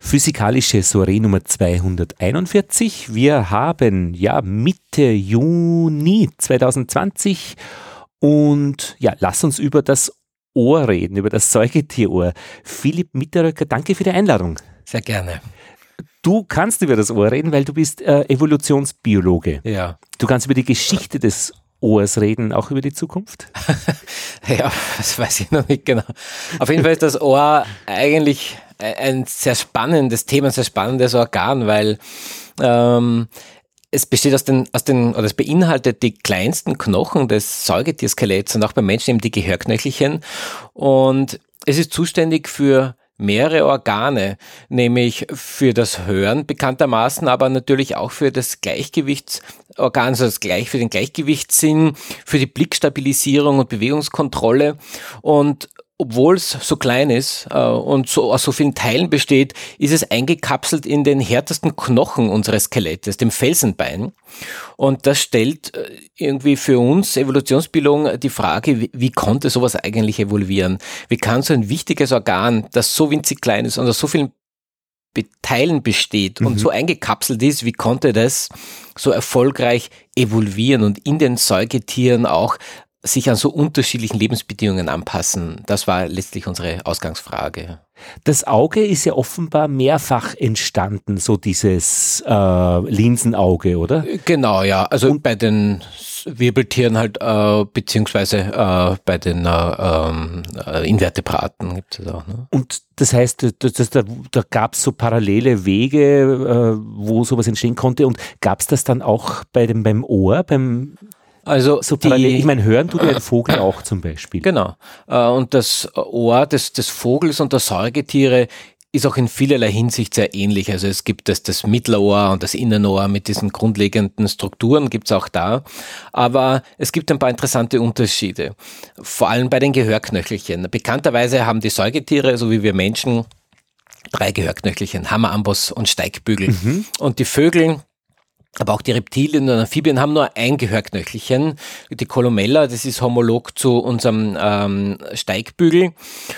Physikalische Soiree Nummer 241. Wir haben Mitte Juni 2020 und lass uns über das Ohr reden, über das Säugetierohr. Philipp Mitterröcker, danke für die Einladung. Sehr gerne. Du kannst über das Ohr reden, weil du bist Evolutionsbiologe. Ja. Du kannst über die Geschichte des Ohrs reden, auch über die Zukunft? Ja, das weiß ich noch nicht genau. Auf jeden Fall ist das Ohr eigentlich ein sehr spannendes Thema, ein sehr spannendes Organ, weil es besteht oder es beinhaltet die kleinsten Knochen des Säugetierskeletts und auch beim Menschen eben die Gehörknöchelchen. Und es ist zuständig für mehrere Organe, nämlich für das Hören bekanntermaßen, aber natürlich auch für das Gleichgewichtsorgan, also für den Gleichgewichtssinn, für die Blickstabilisierung und Bewegungskontrolle. Und obwohl es so klein ist und so aus so vielen Teilen besteht, ist es eingekapselt in den härtesten Knochen unseres Skelettes, dem Felsenbein. Und das stellt irgendwie für uns Evolutionsbiologen die Frage, wie konnte sowas eigentlich evolvieren? Wie kann so ein wichtiges Organ, das so winzig klein ist und aus so vielen Teilen besteht und so eingekapselt ist, wie konnte das so erfolgreich evolvieren und in den Säugetieren auch sich an so unterschiedlichen Lebensbedingungen anpassen? Das war letztlich unsere Ausgangsfrage. Das Auge ist ja offenbar mehrfach entstanden, so dieses Linsenauge, oder? Genau, ja. Also und bei den Wirbeltieren halt, beziehungsweise bei den Invertebraten gibt es auch. Ne? Und das heißt, da gab es so parallele Wege, wo sowas entstehen konnte. Und gab es das dann auch beim Ohr, Also so parallel, ich meine, hören tut ja ein Vogel auch zum Beispiel. Genau. Und das Ohr des Vogels und der Säugetiere ist auch in vielerlei Hinsicht sehr ähnlich. Also es gibt das Mittelohr und das Innenohr mit diesen grundlegenden Strukturen, gibt's auch da. Aber es gibt ein paar interessante Unterschiede. Vor allem bei den Gehörknöchelchen. Bekannterweise haben die Säugetiere, so wie wir Menschen, 3 Gehörknöchelchen, Hammer, Amboss und Steigbügel. Und die Vögel, aber auch die Reptilien und Amphibien haben nur ein Gehörknöchelchen. Die Columella, das ist homolog zu unserem Steigbügel.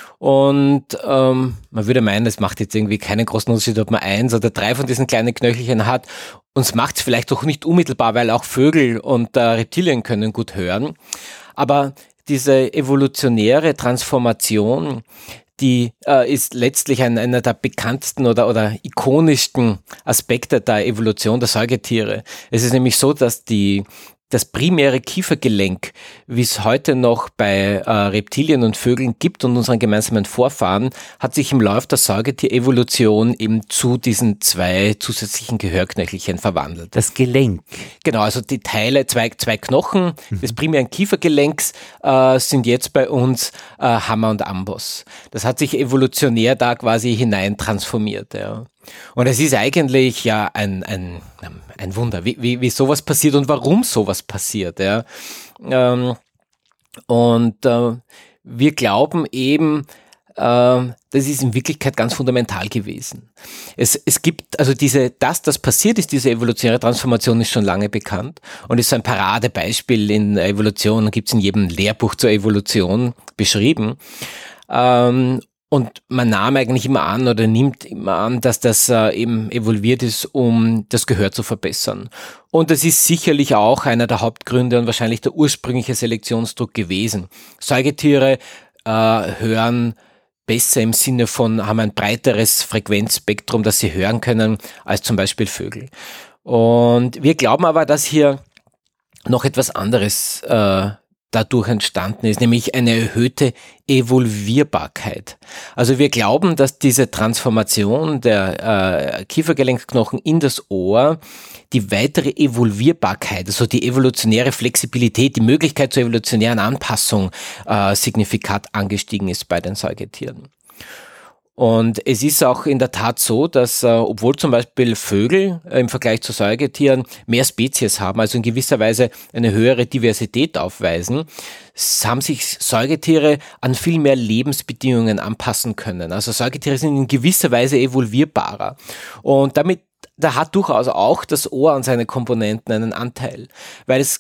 Und man würde meinen, es macht jetzt irgendwie keinen großen Unterschied, ob man 1 oder 3 von diesen kleinen Knöchelchen hat. Und es macht es vielleicht auch nicht unmittelbar, weil auch Vögel und Reptilien können gut hören. Aber diese evolutionäre Transformation, die ist letztlich einer der bekanntesten oder ikonischsten Aspekte der Evolution der Säugetiere. Es ist nämlich so, dass das primäre Kiefergelenk, wie es heute noch bei Reptilien und Vögeln gibt und unseren gemeinsamen Vorfahren, hat sich im Lauf der Säugetierevolution eben zu diesen 2 zusätzlichen Gehörknöchelchen verwandelt. Das Gelenk. Genau, also die Teile, zwei Knochen des primären Kiefergelenks sind jetzt bei uns Hammer und Amboss. Das hat sich evolutionär da quasi hinein transformiert, ja. Und es ist eigentlich ja ein Wunder, wie sowas passiert und warum sowas passiert. Ja. Wir glauben eben, das ist in Wirklichkeit ganz fundamental gewesen. Es gibt, also das passiert ist, diese evolutionäre Transformation ist schon lange bekannt und ist so ein Paradebeispiel in der Evolution, gibt es in jedem Lehrbuch zur Evolution beschrieben. Und man nimmt immer an, dass das eben evolviert ist, um das Gehör zu verbessern. Und das ist sicherlich auch einer der Hauptgründe und wahrscheinlich der ursprüngliche Selektionsdruck gewesen. Säugetiere hören besser im Sinne von, haben ein breiteres Frequenzspektrum, das sie hören können, als zum Beispiel Vögel. Und wir glauben aber, dass hier noch etwas anderes dadurch entstanden ist, nämlich eine erhöhte Evolvierbarkeit. Also wir glauben, dass diese Transformation der Kiefergelenkknochen in das Ohr die weitere Evolvierbarkeit, also die evolutionäre Flexibilität, die Möglichkeit zur evolutionären Anpassung signifikant angestiegen ist bei den Säugetieren. Und es ist auch in der Tat so, dass obwohl zum Beispiel Vögel im Vergleich zu Säugetieren mehr Spezies haben, also in gewisser Weise eine höhere Diversität aufweisen, haben sich Säugetiere an viel mehr Lebensbedingungen anpassen können. Also Säugetiere sind in gewisser Weise evolvierbarer. Und da hat durchaus auch das Ohr an seine Komponenten einen Anteil, weil es gibt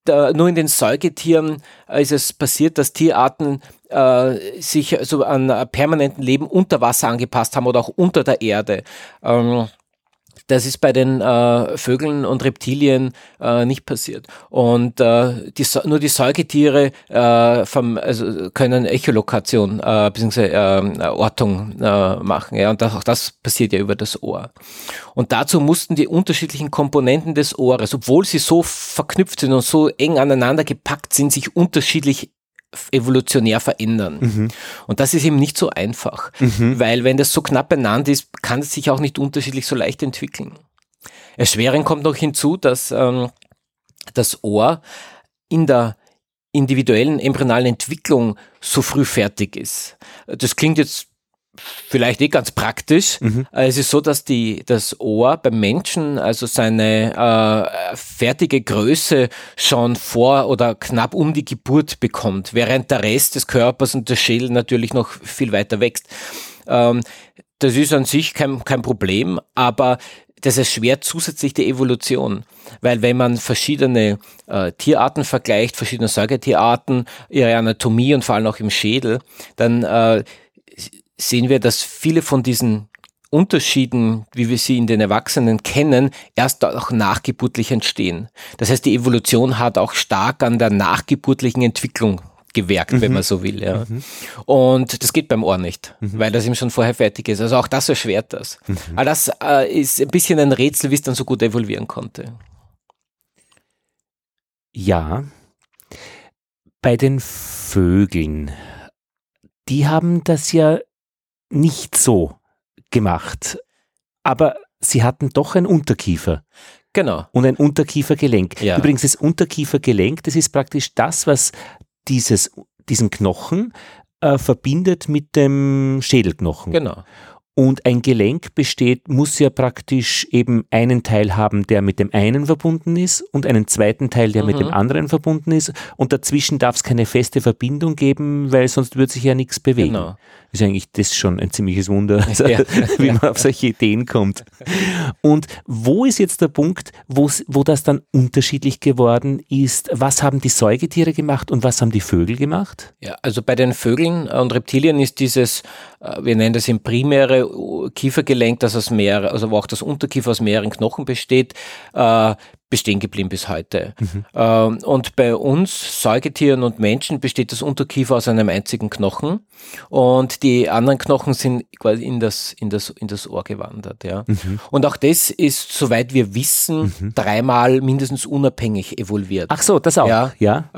nur in den Säugetieren ist es passiert, dass Tierarten sich so an permanenten Leben unter Wasser angepasst haben oder auch unter der Erde. Das ist bei den Vögeln und Reptilien nicht passiert. Und nur die Säugetiere können Echolokation bzw. Ortung machen. Ja? Und auch das passiert ja über das Ohr. Und dazu mussten die unterschiedlichen Komponenten des Ohres, obwohl sie so verknüpft sind und so eng aneinander gepackt sind, sich unterschiedlich evolutionär verändern. Und das ist eben nicht so einfach, weil wenn das so knapp beieinander ist, kann es sich auch nicht unterschiedlich so leicht entwickeln. Erschwerend kommt noch hinzu, dass das Ohr in der individuellen embryonalen Entwicklung so früh fertig ist. Das klingt jetzt vielleicht ganz praktisch. Es ist so, dass das Ohr beim Menschen also seine fertige Größe schon vor oder knapp um die Geburt bekommt, während der Rest des Körpers und der Schädel natürlich noch viel weiter wächst. Das ist an sich kein Problem, aber das erschwert zusätzlich die Evolution, weil wenn man verschiedene Tierarten vergleicht, verschiedene Säugetierarten, ihre Anatomie und vor allem auch im Schädel, dann sehen wir, dass viele von diesen Unterschieden, wie wir sie in den Erwachsenen kennen, erst auch nachgeburtlich entstehen. Das heißt, die Evolution hat auch stark an der nachgeburtlichen Entwicklung gewirkt, wenn man so will. Ja. Und das geht beim Ohr nicht, weil das eben schon vorher fertig ist. Also auch das erschwert das. Aber das ist ein bisschen ein Rätsel, wie es dann so gut evolvieren konnte. Ja, bei den Vögeln, die haben das ja nicht so gemacht, aber sie hatten doch einen Unterkiefer. Genau. Und ein Unterkiefergelenk. Ja. Übrigens, das Unterkiefergelenk, das ist praktisch das, was diesen Knochen verbindet mit dem Schädelknochen. Genau. Und ein Gelenk muss ja praktisch eben einen Teil haben, der mit dem einen verbunden ist und einen zweiten Teil, der mit dem anderen verbunden ist. Und dazwischen darf es keine feste Verbindung geben, weil sonst würde sich ja nichts bewegen. Genau. Ist eigentlich das schon ein ziemliches Wunder, also, Ja. wie man auf solche Ideen kommt. Und wo ist jetzt der Punkt, wo das dann unterschiedlich geworden ist? Was haben die Säugetiere gemacht und was haben die Vögel gemacht? Ja, also bei den Vögeln und Reptilien ist dieses, wir nennen das im primäre Kiefergelenk, das aus mehreren, also wo auch das Unterkiefer aus mehreren Knochen besteht, bestehen geblieben bis heute. Und bei uns, Säugetieren und Menschen, besteht das Unterkiefer aus einem einzigen Knochen und die anderen Knochen sind quasi in das Ohr gewandert. Ja. Und auch das ist, soweit wir wissen, dreimal mindestens unabhängig evolviert. Ach so, das auch. Ja.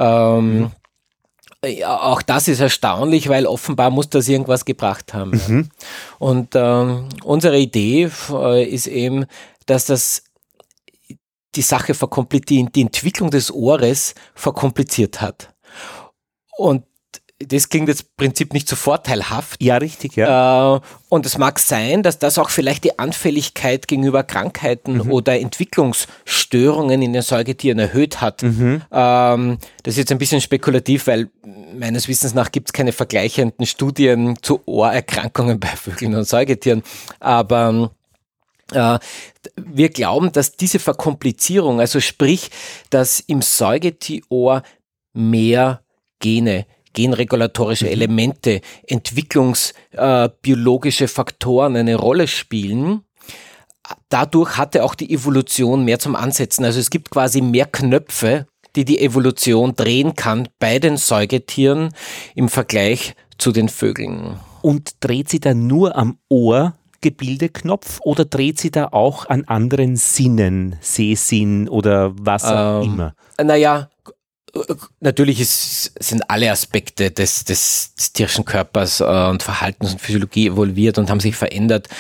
Ja, auch das ist erstaunlich, weil offenbar muss das irgendwas gebracht haben. Ja. Und unsere Idee ist eben, dass das die Sache die Entwicklung des Ohres verkompliziert hat. Und das klingt jetzt im Prinzip nicht so vorteilhaft. Ja, richtig, ja. Und es mag sein, dass das auch vielleicht die Anfälligkeit gegenüber Krankheiten oder Entwicklungsstörungen in den Säugetieren erhöht hat. Das ist jetzt ein bisschen spekulativ, weil meines Wissens nach gibt es keine vergleichenden Studien zu Ohrerkrankungen bei Vögeln und Säugetieren. Aber wir glauben, dass diese Verkomplizierung, also sprich, dass im Säugetierohr mehr genregulatorische Elemente, entwicklungsbiologische Faktoren eine Rolle spielen. Dadurch hatte auch die Evolution mehr zum Ansetzen. Also es gibt quasi mehr Knöpfe, die Evolution drehen kann bei den Säugetieren im Vergleich zu den Vögeln. Und dreht sie dann nur am Ohrgebildeknopf oder dreht sie da auch an anderen Sinnen, Sehsinn oder was auch immer? Naja, natürlich sind alle Aspekte des tierischen Körpers und Verhaltens und Physiologie evolviert und haben sich verändert.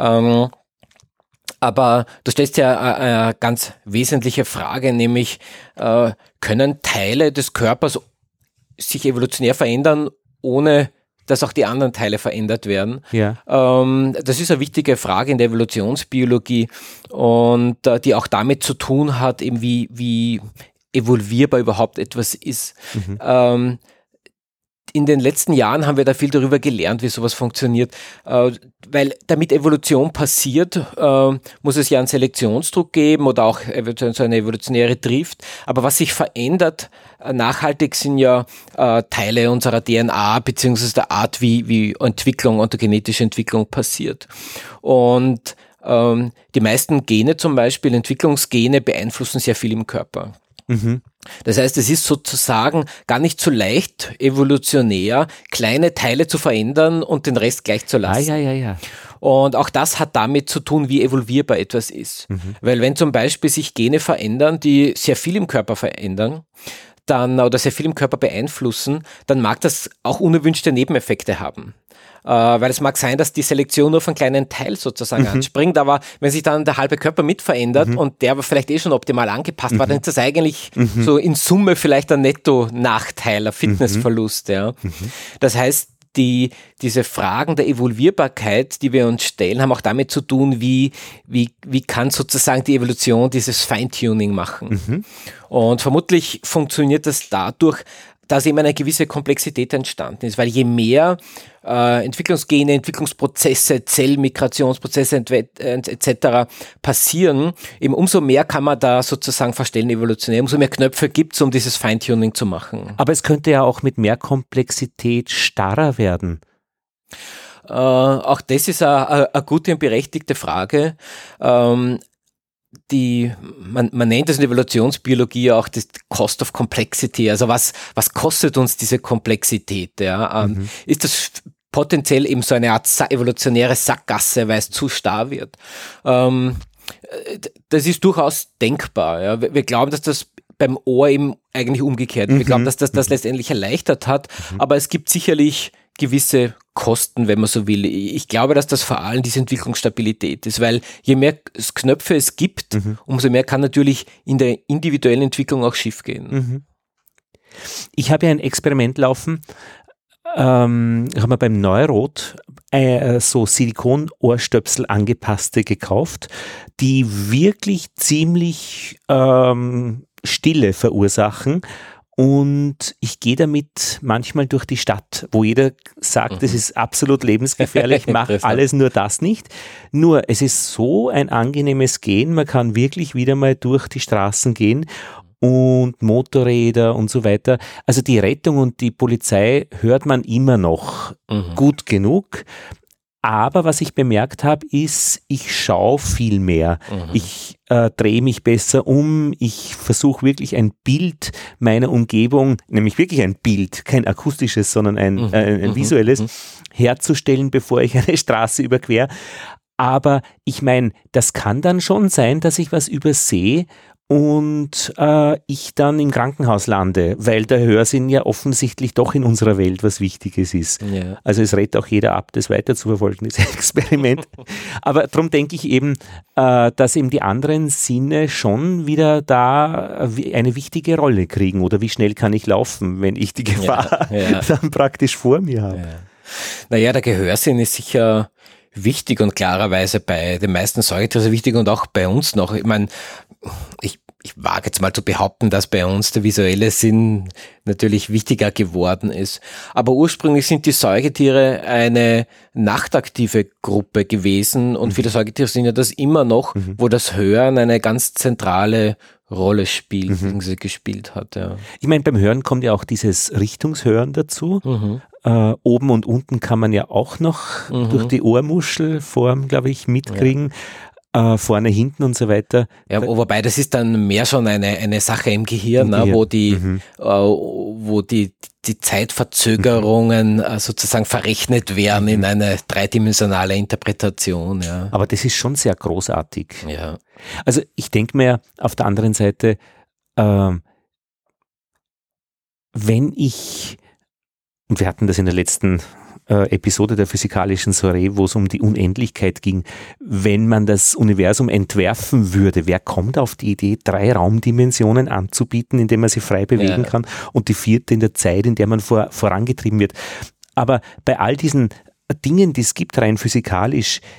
Aber du stellst ja eine ganz wesentliche Frage, nämlich können Teile des Körpers sich evolutionär verändern, ohne dass auch die anderen Teile verändert werden? Ja. Das ist eine wichtige Frage in der Evolutionsbiologie und die auch damit zu tun hat, eben wie evolvierbar überhaupt etwas ist. in den letzten Jahren haben wir da viel darüber gelernt, wie sowas funktioniert, weil damit Evolution passiert, muss es ja einen Selektionsdruck geben oder auch so eine evolutionäre Drift. Aber was sich verändert nachhaltig sind ja Teile unserer DNA beziehungsweise der Art, wie Entwicklung, ontogenetische Entwicklung passiert. Und die meisten Gene zum Beispiel, Entwicklungsgene, beeinflussen sehr viel im Körper. Mhm. Das heißt, es ist sozusagen gar nicht so leicht, evolutionär kleine Teile zu verändern und den Rest gleich zu lassen. Ja. Und auch das hat damit zu tun, wie evolvierbar etwas ist. Mhm. Weil wenn zum Beispiel sich Gene verändern, die sehr viel im Körper verändern, oder sehr viel im Körper beeinflussen, dann mag das auch unerwünschte Nebeneffekte haben. Weil es mag sein, dass die Selektion nur von kleinen Teil sozusagen anspringt, aber wenn sich dann der halbe Körper mit verändert und der aber vielleicht schon optimal angepasst war, dann ist das eigentlich so in Summe vielleicht ein Netto-Nachteil, ein Fitnessverlust. Ja. Das heißt, diese Fragen der Evolvierbarkeit, die wir uns stellen, haben auch damit zu tun, wie kann sozusagen die Evolution dieses Feintuning machen. Und vermutlich funktioniert das dadurch, dass eben eine gewisse Komplexität entstanden ist, weil je mehr Entwicklungsgene, Entwicklungsprozesse, Zellmigrationsprozesse etc. passieren, eben umso mehr kann man da sozusagen verstellen evolutionär, umso mehr Knöpfe gibt es, um dieses Feintuning zu machen. Aber es könnte ja auch mit mehr Komplexität starrer werden. Auch das ist eine gute und berechtigte Frage. Man nennt das in der Evolutionsbiologie auch das Cost of Complexity, also was kostet uns diese Komplexität? Ja? Ist das potenziell eben so eine Art evolutionäre Sackgasse, weil es zu starr wird? Das ist durchaus denkbar. Ja? Wir glauben, dass das beim Ohr eben eigentlich umgekehrt. Wir glauben, dass das letztendlich erleichtert hat, aber es gibt sicherlich gewisse Kosten, wenn man so will. Ich glaube, dass das vor allem diese Entwicklungsstabilität ist, weil je mehr Knöpfe es gibt, umso mehr kann natürlich in der individuellen Entwicklung auch schief gehen. Ich habe ja ein Experiment laufen, haben wir beim Neurot so Silikon-Ohrstöpsel angepasste gekauft, die wirklich ziemlich Stille verursachen. Und ich gehe damit manchmal durch die Stadt, wo jeder sagt, das ist absolut lebensgefährlich, mach alles, nur das nicht. Nur es ist so ein angenehmes Gehen, man kann wirklich wieder mal durch die Straßen gehen und Motorräder und so weiter. Also die Rettung und die Polizei hört man immer noch gut genug. Aber was ich bemerkt habe, ist, ich schaue viel mehr. Ich drehe mich besser um. Ich versuche wirklich ein Bild meiner Umgebung, nämlich wirklich ein Bild, kein akustisches, sondern ein visuelles, herzustellen, bevor ich eine Straße überquere. Aber ich meine, das kann dann schon sein, dass ich was übersehe und ich dann im Krankenhaus lande, weil der Hörsinn ja offensichtlich doch in unserer Welt was Wichtiges ist. Ja. Also es rät auch jeder ab, das weiter zu verfolgen, das Experiment. Aber darum denke ich eben, dass eben die anderen Sinne schon wieder da eine wichtige Rolle kriegen. Oder wie schnell kann ich laufen, wenn ich die Gefahr dann praktisch vor mir habe. Ja. Naja, der Gehörsinn ist sicher wichtig und klarerweise bei den meisten Säugetieren wichtig und auch bei uns noch. Ich meine, ich wage jetzt mal zu behaupten, dass bei uns der visuelle Sinn natürlich wichtiger geworden ist. Aber ursprünglich sind die Säugetiere eine nachtaktive Gruppe gewesen und viele Säugetiere sind ja das immer noch, wo das Hören eine ganz zentrale Rolle spielt, gespielt hat. Ja. Ich meine, beim Hören kommt ja auch dieses Richtungshören dazu. Oben und unten kann man ja auch noch durch die Ohrmuschelform, glaube ich, mitkriegen. Vorne, hinten und so weiter. Ja, wobei das ist dann mehr schon eine Sache im Gehirn, wo die Zeitverzögerungen sozusagen verrechnet werden in eine dreidimensionale Interpretation. Ja. Aber das ist schon sehr großartig. Ja. Also ich denke mir auf der anderen Seite, wenn ich, und wir hatten das in der letzten Episode der physikalischen Soiree, wo es um die Unendlichkeit ging, wenn man das Universum entwerfen würde, wer kommt auf die Idee, 3 Raumdimensionen anzubieten, in denen man sich frei bewegen kann und die 4. in der Zeit, in der man vorangetrieben wird. Aber bei all diesen Dingen, die es gibt, rein physikalisch,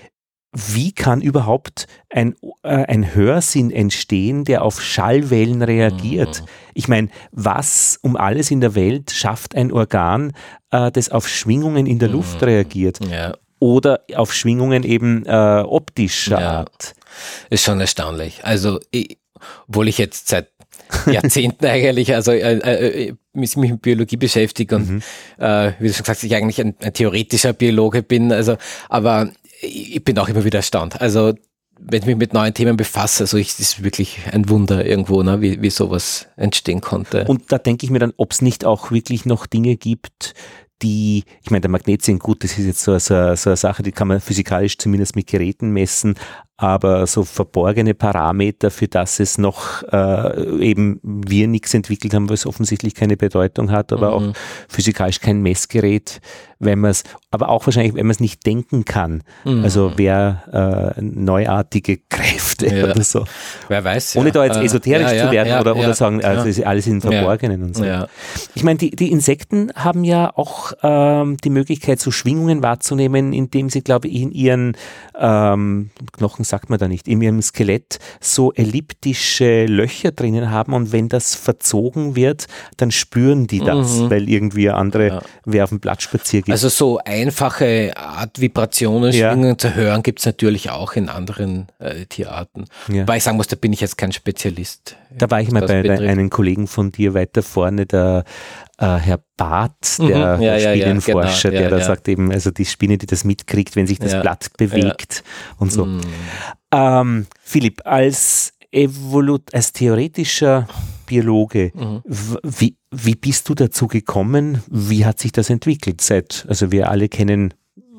wie kann überhaupt ein Hörsinn entstehen, der auf Schallwellen reagiert? Ich meine, was um alles in der Welt schafft ein Organ, das auf Schwingungen in der Luft reagiert? Ja. Oder auf Schwingungen eben optischer Art? Ist schon erstaunlich. Also, obwohl ich jetzt seit Jahrzehnten eigentlich, also mich mit Biologie beschäftige und wie du schon gesagt hast, ich eigentlich ein theoretischer Biologe bin, also, aber ich bin auch immer wieder erstaunt. Also, wenn ich mich mit neuen Themen befasse, also das ist wirklich ein Wunder irgendwo, ne, wie sowas entstehen konnte. Und da denke ich mir dann, ob es nicht auch wirklich noch Dinge gibt, die, ich meine, der Magnetsinn, gut, das ist jetzt so eine Sache, die kann man physikalisch zumindest mit Geräten messen, aber so verborgene Parameter, für das es noch eben wir nichts entwickelt haben, was offensichtlich keine Bedeutung hat, aber auch physikalisch kein Messgerät, wenn man es, aber auch wahrscheinlich, wenn man es nicht denken kann. Also wer neuartige Kräfte oder so. Wer weiß. Ohne da jetzt esoterisch zu werden oder sagen, also das ist alles im Verborgenen und so. Ja. Ich meine, die Insekten haben ja auch die Möglichkeit, so Schwingungen wahrzunehmen, indem sie, glaube ich, in ihren Knochen sagt man da nicht, in ihrem Skelett so elliptische Löcher drinnen haben und wenn das verzogen wird, dann spüren die das, weil irgendwie andere, wer auf dem Blatt spaziert geht. Also so einfache Art Vibrationen, Schwingungen zu hören, gibt es natürlich auch in anderen Tierarten. Ja. Wobei ich sagen muss, da bin ich jetzt kein Spezialist. Da war ich mal bei einem Kollegen von dir weiter vorne, der Herr Barth, der Spinnenforscher, der da sagt eben, also die Spinne, die das mitkriegt, wenn sich das Blatt bewegt und so. Philipp, als theoretischer Biologe, wie bist du dazu gekommen? Wie hat sich das entwickelt? Also wir alle kennen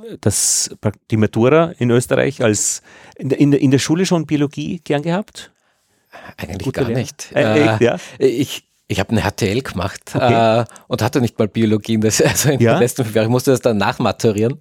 die Matura in Österreich als in der Schule schon Biologie gern gehabt? Eigentlich Gute gar nicht. Ich habe eine HTL gemacht und hatte nicht mal Biologie in den letzten 5 Jahren. Ich musste das dann nachmaturieren.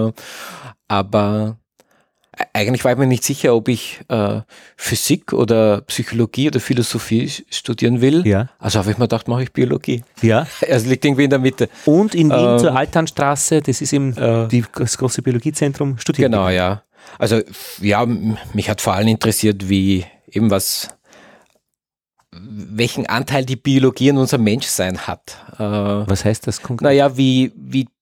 Aber eigentlich war ich mir nicht sicher, ob ich Physik oder Psychologie oder Philosophie studieren will. Ja. Also habe ich mir gedacht, mache ich Biologie. Ja. Also liegt irgendwie in der Mitte. Und in Wien zur Alternstraße, das ist eben das große Biologiezentrum, studiert. Genau, ja. Also ja, mich hat vor allem interessiert, welchen Anteil die Biologie in unserem Menschsein hat. Was heißt das konkret? Naja, wie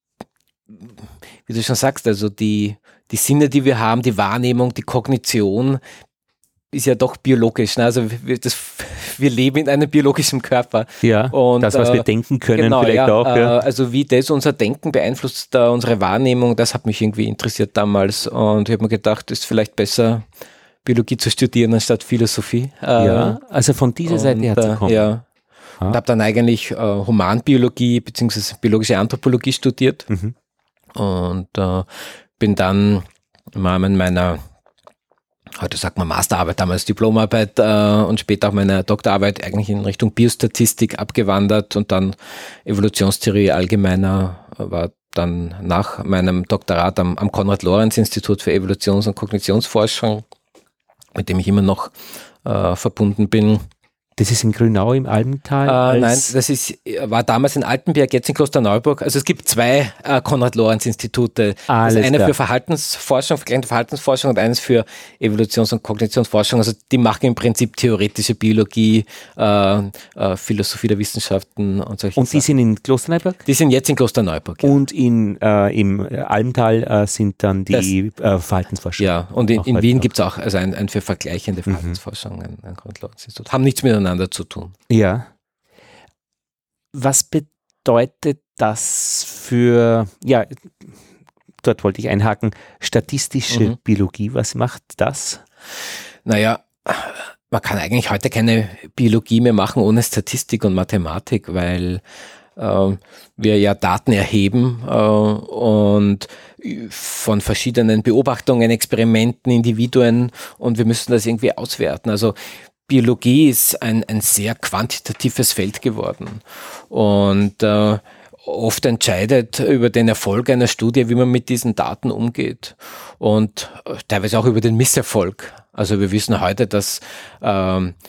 du schon sagst, also die Sinne, die wir haben, die Wahrnehmung, die Kognition ist ja doch biologisch. Ne? Also wir leben in einem biologischen Körper. Ja, und das, was wir denken können, genau, vielleicht auch. Ja. Also wie das unser Denken beeinflusst, unsere Wahrnehmung, das hat mich irgendwie interessiert damals. Und ich habe mir gedacht, es ist vielleicht besser, Biologie zu studieren anstatt Philosophie. Also von dieser Seite her zu kommen. Ja. Und habe dann eigentlich Humanbiologie bzw. biologische Anthropologie studiert und bin dann im Rahmen meiner, heute sagt man Masterarbeit, damals Diplomarbeit und später auch meiner Doktorarbeit eigentlich in Richtung Biostatistik abgewandert und dann Evolutionstheorie allgemeiner, war dann nach meinem Doktorat am Konrad-Lorenz-Institut für Evolutions- und Kognitionsforschung, mit dem ich immer noch verbunden bin. Das ist in Grünau im Alpental? Nein, das war damals in Altenberg, jetzt in Klosterneuburg. Also es gibt 2 Konrad-Lorenz-Institute. Das eine für Verhaltensforschung, vergleichende Verhaltensforschung und eines für Evolutions- und Kognitionsforschung. Also die machen im Prinzip theoretische Biologie, Philosophie der Wissenschaften und solche Sachen. Und die sind in Klosterneuburg? Die sind jetzt in Klosterneuburg. Ja. Und im Alpental sind dann die Verhaltensforschung. Ja, und in Wien gibt es auch also ein für vergleichende Verhaltensforschung, ein Konrad-Lorenz-Institut. Haben nichts miteinander zu tun. Ja. Was bedeutet das für, dort wollte ich einhaken, statistische Biologie, was macht das? Naja, man kann eigentlich heute keine Biologie mehr machen ohne Statistik und Mathematik, weil wir ja Daten erheben und von verschiedenen Beobachtungen, Experimenten, Individuen und wir müssen das irgendwie auswerten. Also Biologie ist ein sehr quantitatives Feld geworden und oft entscheidet über den Erfolg einer Studie, wie man mit diesen Daten umgeht und teilweise auch über den Misserfolg. Also wir wissen heute, dass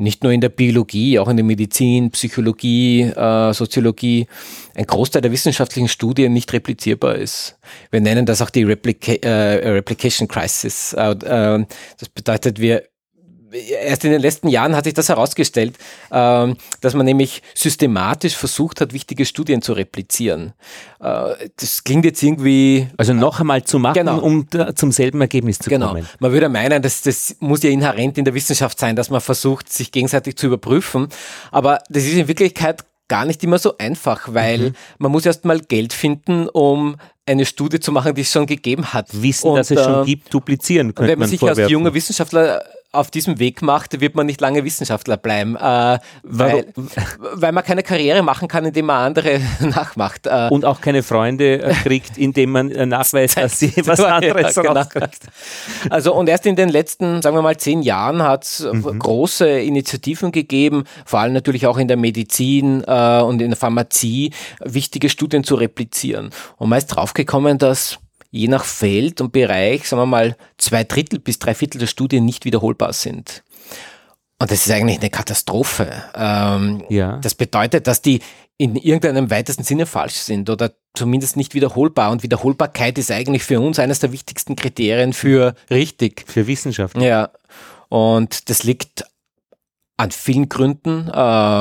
nicht nur in der Biologie, auch in der Medizin, Psychologie, Soziologie, ein Großteil der wissenschaftlichen Studien nicht replizierbar ist. Wir nennen das auch die Replication Crisis. Das bedeutet, erst in den letzten Jahren hat sich das herausgestellt, dass man nämlich systematisch versucht hat, wichtige Studien zu replizieren. Das klingt jetzt irgendwie... Also noch einmal zu machen, genau, um zum selben Ergebnis zu kommen. Man würde meinen, das muss ja inhärent in der Wissenschaft sein, dass man versucht, sich gegenseitig zu überprüfen. Aber das ist in Wirklichkeit gar nicht immer so einfach, weil man muss erst mal Geld finden, um eine Studie zu machen, die es schon gegeben hat. Wissen, dass es schon gibt, duplizieren könnte man. Wenn man sich als junger Wissenschaftler auf diesem Weg macht, wird man nicht lange Wissenschaftler bleiben, weil man keine Karriere machen kann, indem man andere nachmacht. Und auch keine Freunde kriegt, indem man nachweist, dass sie was anderes rauskriegt. Also und erst in den letzten, sagen wir mal, 10 Jahren hat es große Initiativen gegeben, vor allem natürlich auch in der Medizin und in der Pharmazie, wichtige Studien zu replizieren. Und man ist draufgekommen, dass je nach Feld und Bereich, sagen wir mal, 2/3 bis 3/4 der Studien nicht wiederholbar sind. Und das ist eigentlich eine Katastrophe. Das bedeutet, dass die in irgendeinem weitesten Sinne falsch sind oder zumindest nicht wiederholbar. Und Wiederholbarkeit ist eigentlich für uns eines der wichtigsten Kriterien für richtig. Für Wissenschaft. Ja. Und das liegt an vielen Gründen,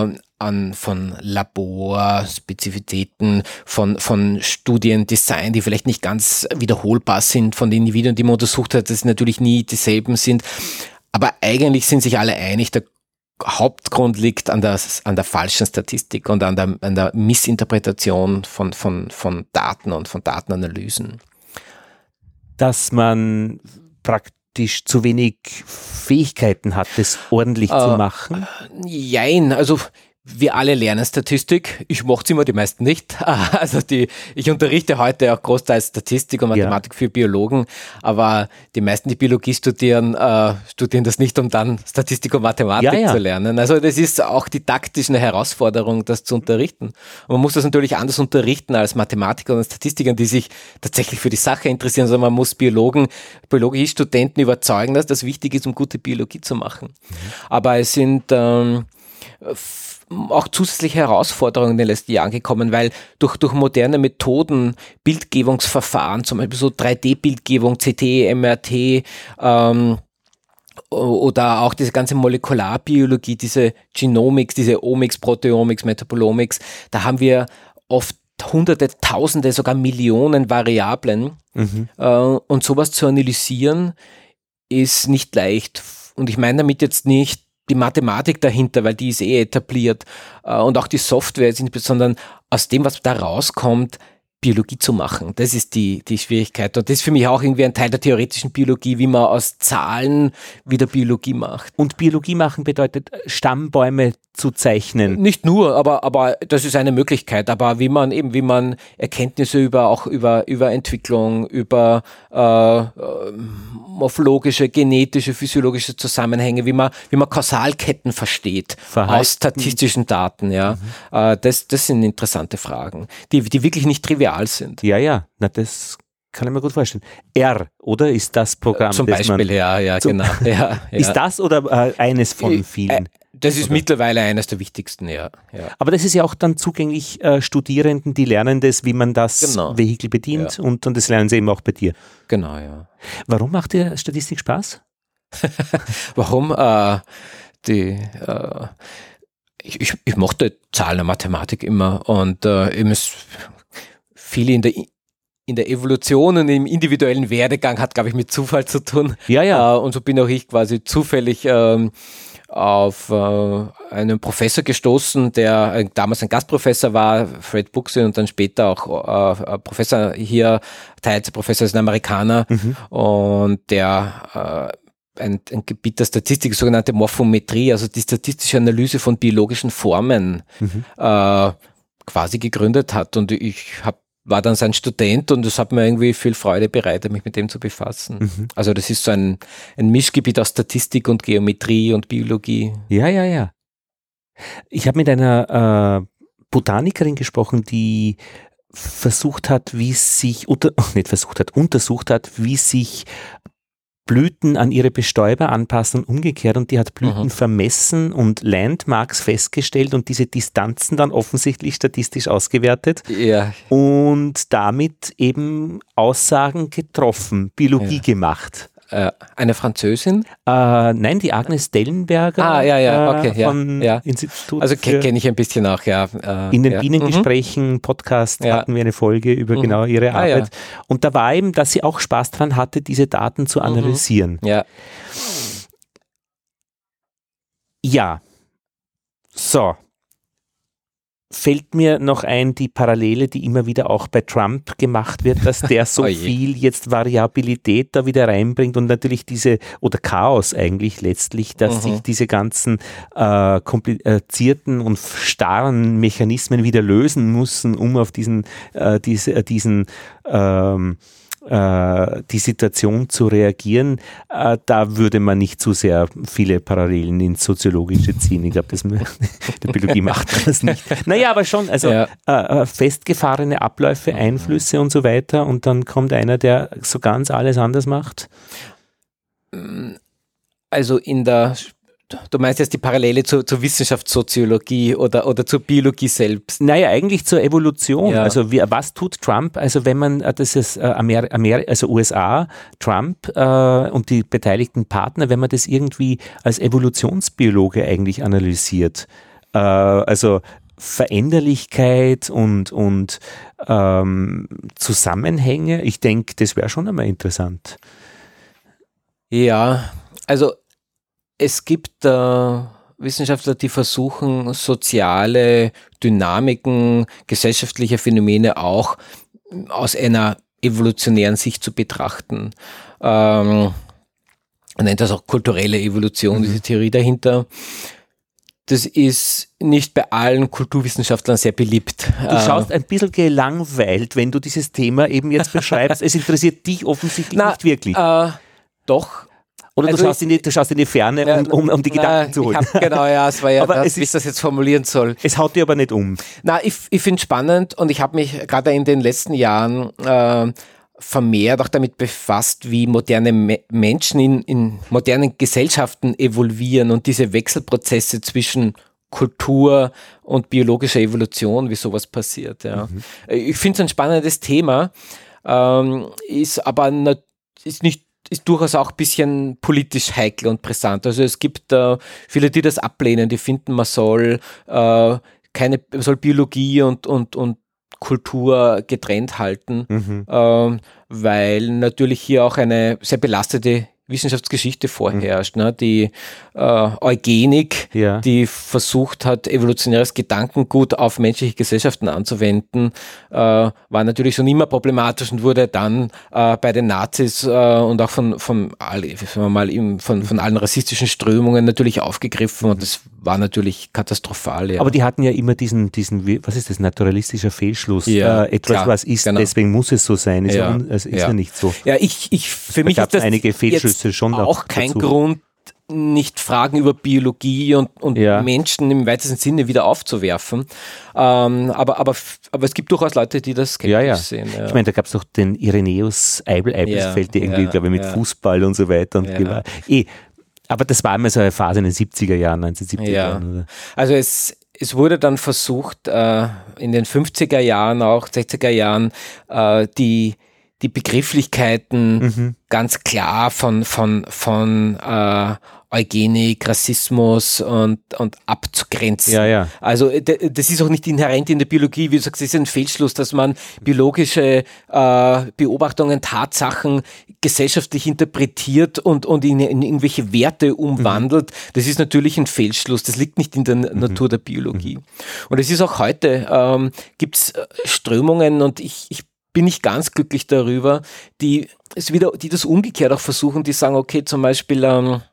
von Laborspezifititäten, von Studiendesign, die vielleicht nicht ganz wiederholbar sind, von den Individuen, die man untersucht hat, dass sie natürlich nie dieselben sind. Aber eigentlich sind sich alle einig, der Hauptgrund liegt an der falschen Statistik und an der Missinterpretation von Daten und von Datenanalysen. Dass man praktisch zu wenig Fähigkeiten hat, das ordentlich zu machen? Jein, also wir alle lernen Statistik. Ich mache es immer, die meisten nicht. Also ich unterrichte heute auch großteils Statistik und Mathematik für Biologen, aber die meisten, die Biologie studieren das nicht, um dann Statistik und Mathematik zu lernen. Also das ist auch didaktisch eine Herausforderung, das zu unterrichten. Und man muss das natürlich anders unterrichten als Mathematiker und Statistikern, die sich tatsächlich für die Sache interessieren, sondern man muss Biologiestudenten überzeugen, dass das wichtig ist, um gute Biologie zu machen. Aber es sind auch zusätzliche Herausforderungen in den letzten Jahren gekommen, weil durch moderne Methoden, Bildgebungsverfahren, zum Beispiel so 3D-Bildgebung, CT, MRT, oder auch diese ganze Molekularbiologie, diese Genomics, diese Omics, Proteomics, Metabolomics, da haben wir oft Hunderte, Tausende, sogar Millionen Variablen. Und sowas zu analysieren ist nicht leicht. Und ich meine damit jetzt nicht die Mathematik dahinter, weil die ist etabliert, und auch die Software, sondern aus dem, was da rauskommt, Biologie zu machen. Das ist die Schwierigkeit. Und das ist für mich auch irgendwie ein Teil der theoretischen Biologie, wie man aus Zahlen wieder Biologie macht. Und Biologie machen bedeutet, Stammbäume zu zeichnen. Nicht nur, aber das ist eine Möglichkeit. Aber wie man Erkenntnisse über Entwicklung, über morphologische, genetische, physiologische Zusammenhänge, wie man Kausalketten versteht aus statistischen Daten, das sind interessante Fragen, die wirklich nicht trivial sind. Ja, das kann ich mir gut vorstellen. R, oder? Ist das Programm? Zum Beispiel, genau. Ja. Ist das oder eines von vielen? Das ist mittlerweile eines der wichtigsten, ja. Aber das ist ja auch dann zugänglich Studierenden, die lernen das, wie man das Vehikel bedient, und das lernen sie eben auch bei dir. Genau, ja. Warum macht dir Statistik Spaß? Warum? Ich mochte Zahlen und Mathematik immer, und eben viel in der Evolution und im individuellen Werdegang hat, glaube ich, mit Zufall zu tun. Ja. Und so bin auch ich quasi zufällig auf einen Professor gestoßen, der damals ein Gastprofessor war, Fred Buxton, und dann später auch Professor hier, teils Professor ist ein Amerikaner, und der ein Gebiet der Statistik, sogenannte Morphometrie, also die statistische Analyse von biologischen Formen quasi gegründet hat. Und ich war dann sein Student, und es hat mir irgendwie viel Freude bereitet, mich mit dem zu befassen. Also das ist so ein Mischgebiet aus Statistik und Geometrie und Biologie. Ja. Ich habe mit einer Botanikerin gesprochen, die untersucht hat, wie sich Blüten an ihre Bestäuber anpassen und umgekehrt, und die hat Blüten vermessen und Landmarks festgestellt und diese Distanzen dann offensichtlich statistisch ausgewertet und damit eben Aussagen getroffen, Biologie gemacht. Eine Französin? Nein, die Agnes Dellenberger von Institut. Also kenne ich ein bisschen auch, in den Bienengesprächen Podcast hatten wir eine Folge über genau ihre Arbeit. Und da war eben, dass sie auch Spaß dran hatte, diese Daten zu analysieren. Ja. So. Fällt mir noch ein, die Parallele, die immer wieder auch bei Trump gemacht wird, dass der so viel jetzt Variabilität da wieder reinbringt und natürlich oder Chaos eigentlich letztlich, dass sich diese ganzen komplizierten und starren Mechanismen wieder lösen müssen, um auf die Situation zu reagieren, da würde man nicht zu sehr viele Parallelen ins Soziologische ziehen. Ich glaube, der Biologie macht das nicht. Naja, aber schon, also festgefahrene Abläufe, Einflüsse und so weiter, und dann kommt einer, der so ganz alles anders macht. Also du meinst jetzt die Parallele zur Wissenschaftssoziologie oder zur Biologie selbst? Naja, eigentlich zur Evolution. Ja. Also was tut Trump? Also wenn man, das ist also USA, Trump und die beteiligten Partner, wenn man das irgendwie als Evolutionsbiologe eigentlich analysiert, also Veränderlichkeit und Zusammenhänge, ich denke, das wäre schon einmal interessant. Ja, also es gibt Wissenschaftler, die versuchen, soziale Dynamiken, gesellschaftliche Phänomene auch aus einer evolutionären Sicht zu betrachten. Man nennt das auch kulturelle Evolution, diese Theorie dahinter. Das ist nicht bei allen Kulturwissenschaftlern sehr beliebt. Du schaust ein bisschen gelangweilt, wenn du dieses Thema eben jetzt beschreibst. Es interessiert dich offensichtlich nicht wirklich. Doch. Oder also du schaust in die Ferne, um die Gedanken zu holen. Es war wie ich das jetzt formulieren soll. Es haut dir aber nicht um. Ich finde es spannend, und ich habe mich gerade in den letzten Jahren vermehrt auch damit befasst, wie moderne Menschen in modernen Gesellschaften evolvieren und diese Wechselprozesse zwischen Kultur und biologischer Evolution, wie sowas passiert. Ja. Ich finde es ein spannendes Thema, ist durchaus auch ein bisschen politisch heikel und brisant. Also es gibt viele, die das ablehnen, die finden, man soll Biologie und Kultur getrennt halten, weil natürlich hier auch eine sehr belastete Wissenschaftsgeschichte vorherrscht. Ne? Die Eugenik, die versucht hat, evolutionäres Gedankengut auf menschliche Gesellschaften anzuwenden, war natürlich schon immer problematisch und wurde dann bei den Nazis und auch von allen rassistischen Strömungen natürlich aufgegriffen, und das war natürlich katastrophal. Ja. Aber die hatten ja immer diesen, was ist das, naturalistischer Fehlschluss. Was ist, genau. Deswegen muss es so sein. Ist ja nicht so. Ja, für mich ist das einige Fehlschlüsse schon auch kein Grund, nicht Fragen über Biologie und Menschen im weitesten Sinne wieder aufzuwerfen. Aber es gibt durchaus Leute, die das skeptisch sehen. Ja. Ich meine, da gab es doch den Irenäus Eibelsfeld, der irgendwie, glaube ich, mit Fußball und so weiter. Und aber das war immer so eine Phase in den 70er Jahren, 1970er Jahren. Oder? Also es wurde dann versucht, in den 50er Jahren, auch 60er Jahren, die Begrifflichkeiten ganz klar von Eugenik, Rassismus und abzugrenzen. Also das ist auch nicht inhärent in der Biologie, wie du sagst, es ist ein Fehlschluss, dass man biologische Beobachtungen, Tatsachen gesellschaftlich interpretiert und in irgendwelche Werte umwandelt. Das ist natürlich ein Fehlschluss, das liegt nicht in der Natur der Biologie. Und es ist auch heute, gibt es Strömungen, und ich bin ich ganz glücklich darüber, die das umgekehrt auch versuchen, die sagen, okay, zum Beispiel,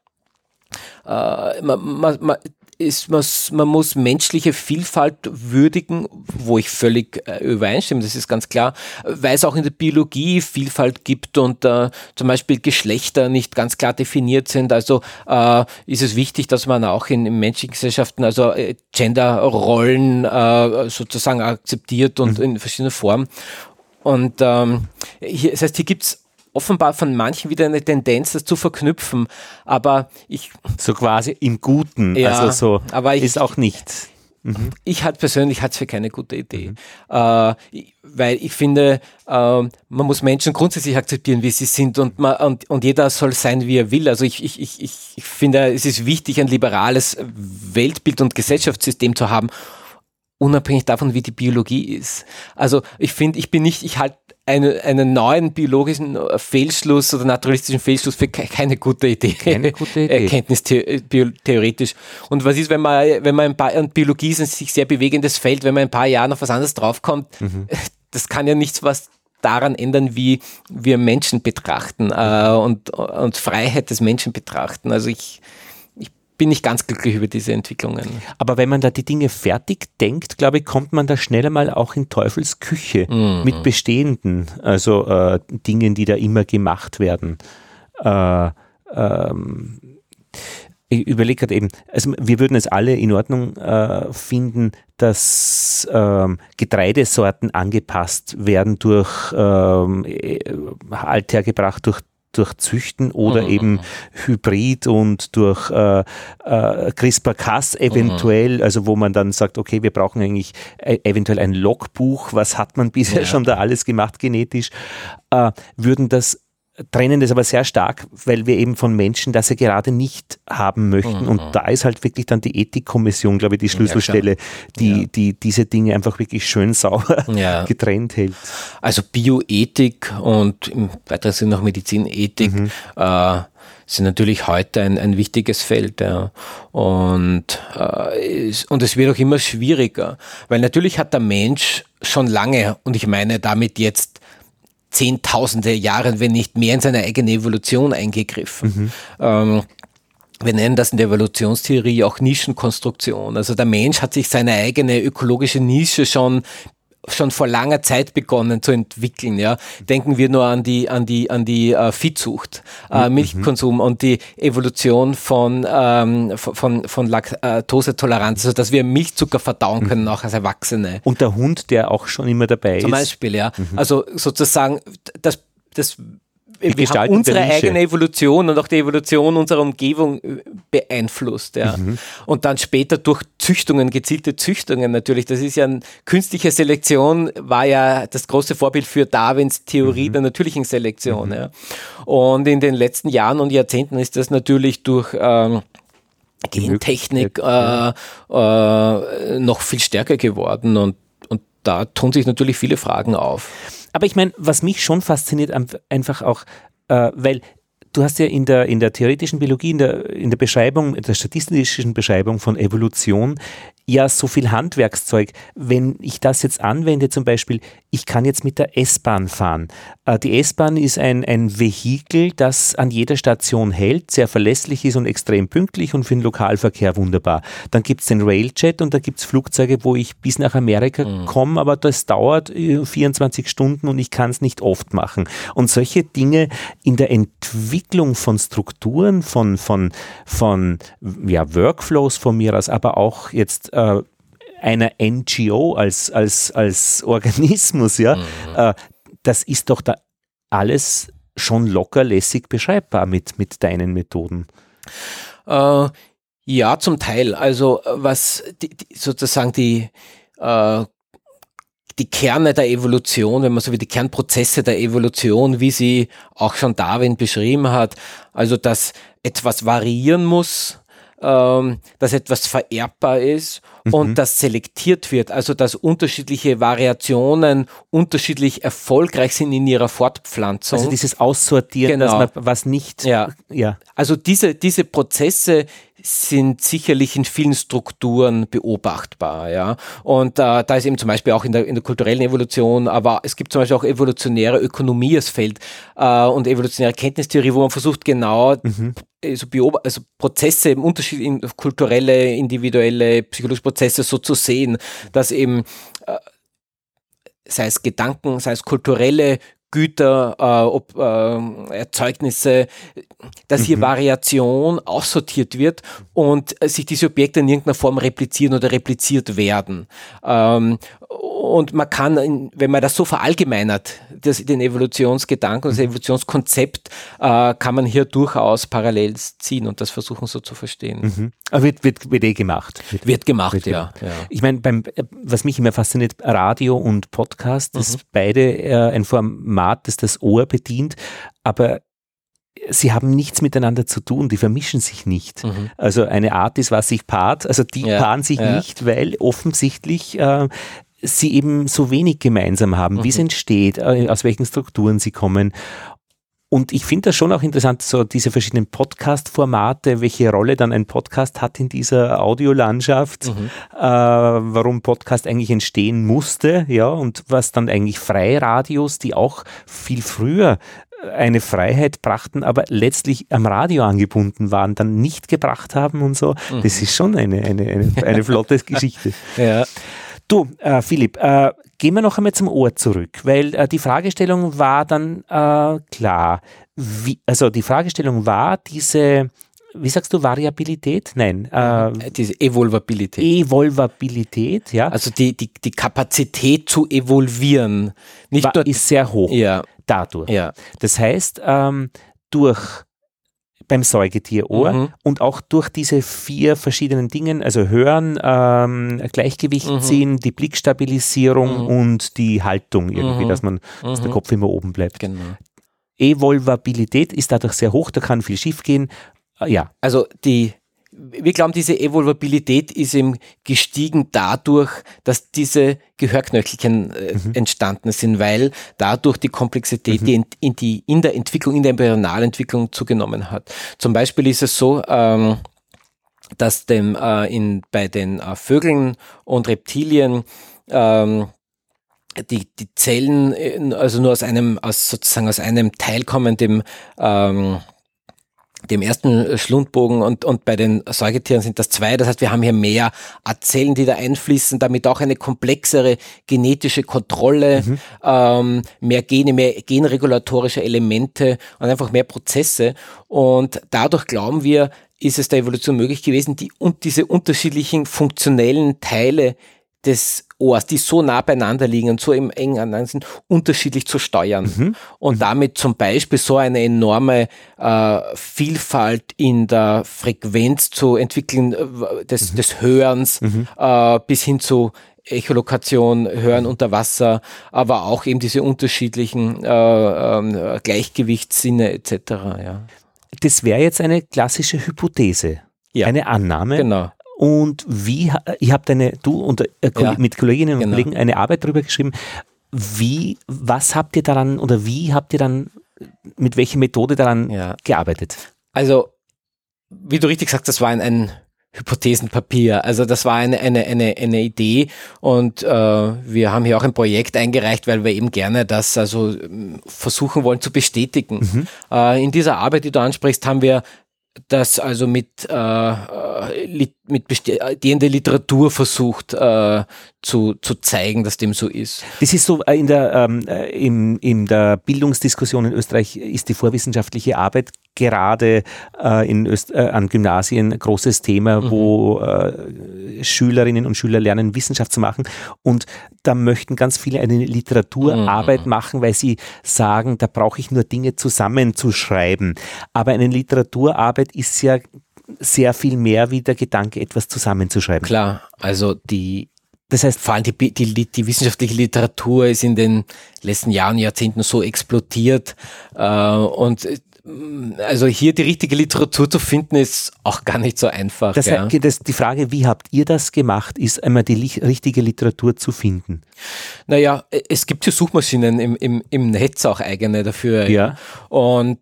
man muss menschliche Vielfalt würdigen, wo ich völlig übereinstimme, das ist ganz klar, weil es auch in der Biologie Vielfalt gibt und zum Beispiel Geschlechter nicht ganz klar definiert sind. Also ist es wichtig, dass man auch in menschlichen Gesellschaften also Genderrollen sozusagen akzeptiert und in verschiedenen Formen. Und das heißt, hier gibt es offenbar von manchen wieder eine Tendenz, das zu verknüpfen, aber so quasi im Guten, ja, also so aber ist auch nicht. Ich persönlich halte es für keine gute Idee, weil ich finde, man muss Menschen grundsätzlich akzeptieren, wie sie sind und jeder soll sein, wie er will. Also ich finde, es ist wichtig, ein liberales Weltbild und Gesellschaftssystem zu haben, unabhängig davon, wie die Biologie ist. Also ich halte einen neuen biologischen Fehlschluss oder naturalistischen Fehlschluss für keine gute Idee. Keine gute Idee. Erkenntnistheoretisch. Und was ist, wenn man und Biologie ist ein sich sehr bewegendes Feld, wenn man ein paar Jahren auf was anderes draufkommt, das kann ja nichts was daran ändern, wie wir Menschen betrachten und Freiheit des Menschen betrachten. Also ich bin nicht ganz glücklich über diese Entwicklungen. Aber wenn man da die Dinge fertig denkt, glaube ich, kommt man da schneller mal auch in Teufels Küche mit bestehenden, also Dingen, die da immer gemacht werden. Ich überlege gerade eben, also wir würden es alle in Ordnung finden, dass Getreidesorten angepasst werden durch althergebracht durch Züchten oder eben Hybrid und durch CRISPR-Cas eventuell, also wo man dann sagt, okay, wir brauchen eigentlich eventuell ein Logbuch, was hat man bisher schon da alles gemacht genetisch, trennen das aber sehr stark, weil wir eben von Menschen das ja gerade nicht haben möchten und da ist halt wirklich dann die Ethikkommission, glaube ich, die Schlüsselstelle, die diese Dinge einfach wirklich schön sauber getrennt hält. Also Bioethik und im weiteren Sinne auch Medizinethik sind natürlich heute ein wichtiges Feld. Ja. Und es wird auch immer schwieriger, weil natürlich hat der Mensch schon lange, und ich meine damit jetzt Zehntausende Jahre, wenn nicht mehr, in seine eigene Evolution eingegriffen. Wir nennen das in der Evolutionstheorie auch Nischenkonstruktion. Also der Mensch hat sich seine eigene ökologische Nische schon vor langer Zeit begonnen zu entwickeln. Ja. Denken wir nur an die Viehzucht, Milchkonsum und die Evolution von Laktosetoleranz, also dass wir Milchzucker verdauen können, auch als Erwachsene. Und der Hund, der auch schon immer dabei ist. Zum Beispiel, ja. Also sozusagen, wir haben unsere eigene Evolution und auch die Evolution unserer Umgebung beeinflusst. Ja. Und dann später durch Züchtungen, gezielte Züchtungen natürlich. Das ist ja künstliche Selektion, war ja das große Vorbild für Darwins Theorie der natürlichen Selektion. Ja. Und in den letzten Jahren und Jahrzehnten ist das natürlich durch Gentechnik noch viel stärker geworden und da tun sich natürlich viele Fragen auf. Aber ich meine, was mich schon fasziniert, einfach auch, weil du hast ja in der theoretischen Biologie, in der Beschreibung, in der statistischen Beschreibung von Evolution ja so viel Handwerkszeug. Wenn ich das jetzt anwende, zum Beispiel, ich kann jetzt mit der S-Bahn fahren. Die S-Bahn ist ein Vehikel, das an jeder Station hält, sehr verlässlich ist und extrem pünktlich und für den Lokalverkehr wunderbar. Dann gibt es den Railjet und da gibt es Flugzeuge, wo ich bis nach Amerika komme, aber das dauert 24 Stunden und ich kann es nicht oft machen. Und solche Dinge in der Entwicklung von Strukturen, von Workflows von mir aus, aber auch jetzt einer NGO als Organismus, das ist doch da alles schon locker lässig beschreibbar mit deinen Methoden. Ja, zum Teil. Also was sozusagen die Kerne der Evolution, wenn man so wie die Kernprozesse der Evolution, wie sie auch schon Darwin beschrieben hat, also dass etwas variieren muss, dass etwas vererbbar ist und das selektiert wird, also dass unterschiedliche Variationen unterschiedlich erfolgreich sind in ihrer Fortpflanzung. Also dieses Aussortieren, dass man was nicht... Ja. Also diese Prozesse sind sicherlich in vielen Strukturen beobachtbar, ja. Und da ist eben zum Beispiel auch in der kulturellen Evolution, aber es gibt zum Beispiel auch evolutionäre Ökonomie als Feld und evolutionäre Kenntnistheorie, wo man versucht genau also Prozesse im Unterschied in kulturelle, individuelle, psychologische Prozesse so zu sehen, dass eben sei es Gedanken, sei es kulturelle Güter, Erzeugnisse, dass hier Variation aussortiert wird und sich diese Objekte in irgendeiner Form replizieren oder repliziert werden. Und man kann, wenn man das so verallgemeinert, den Evolutionsgedanken, das Evolutionskonzept, kann man hier durchaus Parallels ziehen und das versuchen so zu verstehen. Aber wird eh gemacht. Wird gemacht, ja. Ich meine, was mich immer fasziniert, Radio und Podcast, das ist beide ein Format, das Ohr bedient, aber sie haben nichts miteinander zu tun, die vermischen sich nicht. Also eine Art ist, was sich paart, also die paaren sich nicht, weil offensichtlich sie eben so wenig gemeinsam haben, wie es entsteht, aus welchen Strukturen sie kommen. Und ich finde das schon auch interessant, so diese verschiedenen Podcast-Formate, welche Rolle dann ein Podcast hat in dieser Audiolandschaft, warum Podcast eigentlich entstehen musste, ja, und was dann eigentlich Freiradios, die auch viel früher eine Freiheit brachten, aber letztlich am Radio angebunden waren, dann nicht gebracht haben und so. Das ist schon eine flotte Geschichte. Ja. Du, Philipp, gehen wir noch einmal zum Ohr zurück, weil die Fragestellung war dann klar. Die Fragestellung war diese, wie sagst du, Variabilität? Nein. Diese Evolvabilität. Evolvabilität, ja. Also die Kapazität zu evolvieren. Ist sehr hoch. Ja. Dadurch. Ja. Das heißt, beim Säugetierohr und auch durch diese 4 verschiedenen Dingen, also Hören, Gleichgewicht ziehen, die Blickstabilisierung und die Haltung irgendwie, dass der Kopf immer oben bleibt. Genau. Evolvabilität ist dadurch sehr hoch, da kann viel schief gehen. Ja. Also wir glauben, diese Evolvabilität ist eben gestiegen dadurch, dass diese Gehörknöchelchen entstanden sind, weil dadurch die Komplexität, die in der Entwicklung, in der Embryonalentwicklung zugenommen hat. Zum Beispiel ist es so, dass bei den Vögeln und Reptilien die Zellen also nur aus einem Teil kommen, dem ersten Schlundbogen und bei den Säugetieren sind das 2. Das heißt, wir haben hier mehr Zellen, die da einfließen, damit auch eine komplexere genetische Kontrolle, mehr Gene, mehr genregulatorische Elemente und einfach mehr Prozesse. Und dadurch glauben wir, ist es der Evolution möglich gewesen, diese unterschiedlichen funktionellen Teile des Ohrs, die so nah beieinander liegen und so eng aneinander sind, unterschiedlich zu steuern. Und damit zum Beispiel so eine enorme Vielfalt in der Frequenz zu entwickeln, des Hörens, bis hin zu Echolokation, Hören unter Wasser, aber auch eben diese unterschiedlichen Gleichgewichtssinne etc. Ja. Das wäre jetzt eine klassische Hypothese, eine Annahme. Genau. Und ihr habt mit Kolleginnen und Kollegen eine Arbeit darüber geschrieben. Was habt ihr daran oder wie habt ihr dann, mit welcher Methode daran gearbeitet? Also, wie du richtig sagst, das war ein Hypothesenpapier. Also das war eine Idee und wir haben hier auch ein Projekt eingereicht, weil wir eben gerne das also versuchen wollen zu bestätigen. In dieser Arbeit, die du ansprichst, haben wir das also mit bestehender Literatur versucht zu zeigen, dass dem so ist. Das ist so in der Bildungsdiskussion in Österreich ist die vorwissenschaftliche Arbeit gerade an Gymnasien ein großes Thema, wo Schülerinnen und Schüler lernen, Wissenschaft zu machen. Und da möchten ganz viele eine Literaturarbeit machen, weil sie sagen, da brauche ich nur Dinge zusammenzuschreiben. Aber eine Literaturarbeit ist ja sehr viel mehr wie der Gedanke, etwas zusammenzuschreiben. Klar, also das heißt, vor allem die wissenschaftliche Literatur ist in den letzten Jahren, Jahrzehnten so explodiert und also hier die richtige Literatur zu finden, ist auch gar nicht so einfach. Das heißt, die Frage, wie habt ihr das gemacht, ist einmal die richtige Literatur zu finden? Naja, es gibt ja Suchmaschinen im Netz auch eigene dafür. Ja. Und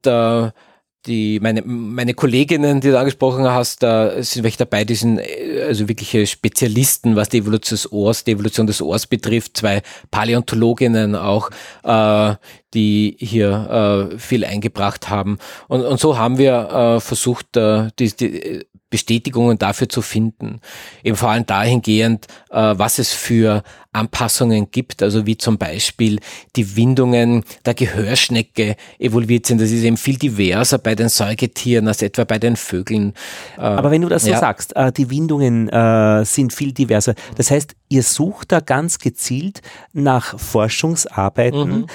meine Kolleginnen, die du angesprochen hast, da sind welche dabei, die sind also wirkliche Spezialisten, was die Evolution des Ohrs betrifft, 2 Paläontologinnen auch, die hier viel eingebracht haben. Und so haben wir versucht, Bestätigungen dafür zu finden. Eben vor allem dahingehend, was es für Anpassungen gibt, also wie zum Beispiel die Windungen der Gehörschnecke evolviert sind. Das ist eben viel diverser bei den Säugetieren als etwa bei den Vögeln. Aber wenn du das so sagst, die Windungen sind viel diverser. Das heißt, ihr sucht da ganz gezielt nach Forschungsarbeiten.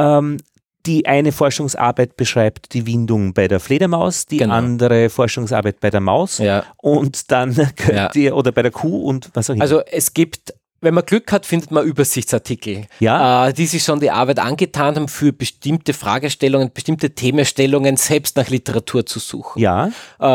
Die eine Forschungsarbeit beschreibt die Windung bei der Fledermaus, die andere Forschungsarbeit bei der Maus und dann könnt ihr, oder bei der Kuh und was auch immer. Also es gibt, wenn man Glück hat, findet man Übersichtsartikel, die sich schon die Arbeit angetan haben, für bestimmte Fragestellungen, bestimmte Themenstellungen selbst nach Literatur zu suchen. Ja.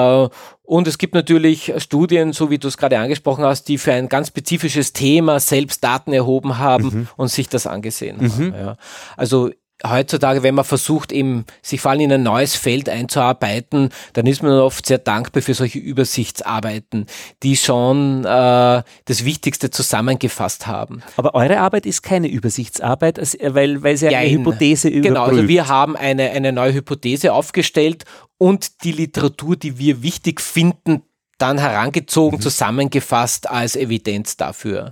Und es gibt natürlich Studien, so wie du es gerade angesprochen hast, die für ein ganz spezifisches Thema selbst Daten erhoben haben und sich das angesehen haben. Ja. Also heutzutage, wenn man versucht, eben sich vor allem in ein neues Feld einzuarbeiten, dann ist man oft sehr dankbar für solche Übersichtsarbeiten, die schon das Wichtigste zusammengefasst haben. Aber eure Arbeit ist keine Übersichtsarbeit, weil sie eine Hypothese überprüft. Genau, also wir haben eine neue Hypothese aufgestellt und die Literatur, die wir wichtig finden, dann herangezogen, zusammengefasst als Evidenz dafür.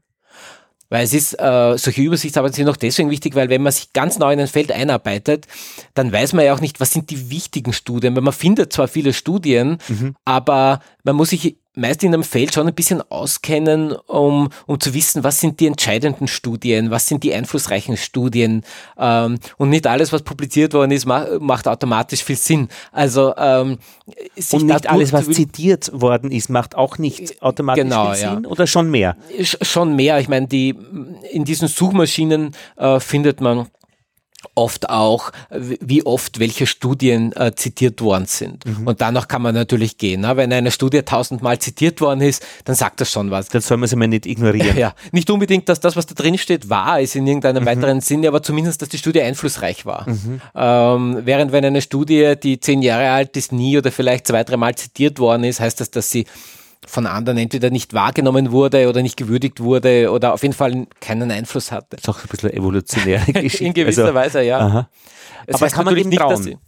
Weil es ist, solche Übersichtsarbeiten sind auch deswegen wichtig, weil wenn man sich ganz neu in ein Feld einarbeitet, dann weiß man ja auch nicht, was sind die wichtigen Studien, weil man findet zwar viele Studien, aber man muss sich meist in einem Feld schon ein bisschen auskennen, um zu wissen, was sind die entscheidenden Studien, was sind die einflussreichen Studien, und nicht alles, was publiziert worden ist, macht automatisch viel Sinn. Also und nicht alles, was zitiert worden ist, macht auch nicht automatisch viel Sinn, oder schon mehr? Schon mehr. Ich meine, in diesen Suchmaschinen findet man oft auch, wie oft welche Studien zitiert worden sind. Und danach kann man natürlich gehen. Ne? Wenn eine Studie 1000-mal zitiert worden ist, dann sagt das schon was. Dann soll man sie mal nicht ignorieren. Ja, nicht unbedingt, dass das, was da drin steht, wahr ist in irgendeinem weiteren Sinne, aber zumindest, dass die Studie einflussreich war. Während wenn eine Studie, die 10 Jahre alt ist, nie oder vielleicht 2-3 Mal zitiert worden ist, heißt das, dass sie von anderen entweder nicht wahrgenommen wurde oder nicht gewürdigt wurde oder auf jeden Fall keinen Einfluss hatte. Das ist auch ein bisschen evolutionäre Geschichte. In gewisser Weise, ja. Aha. Aber kann man dem trauen?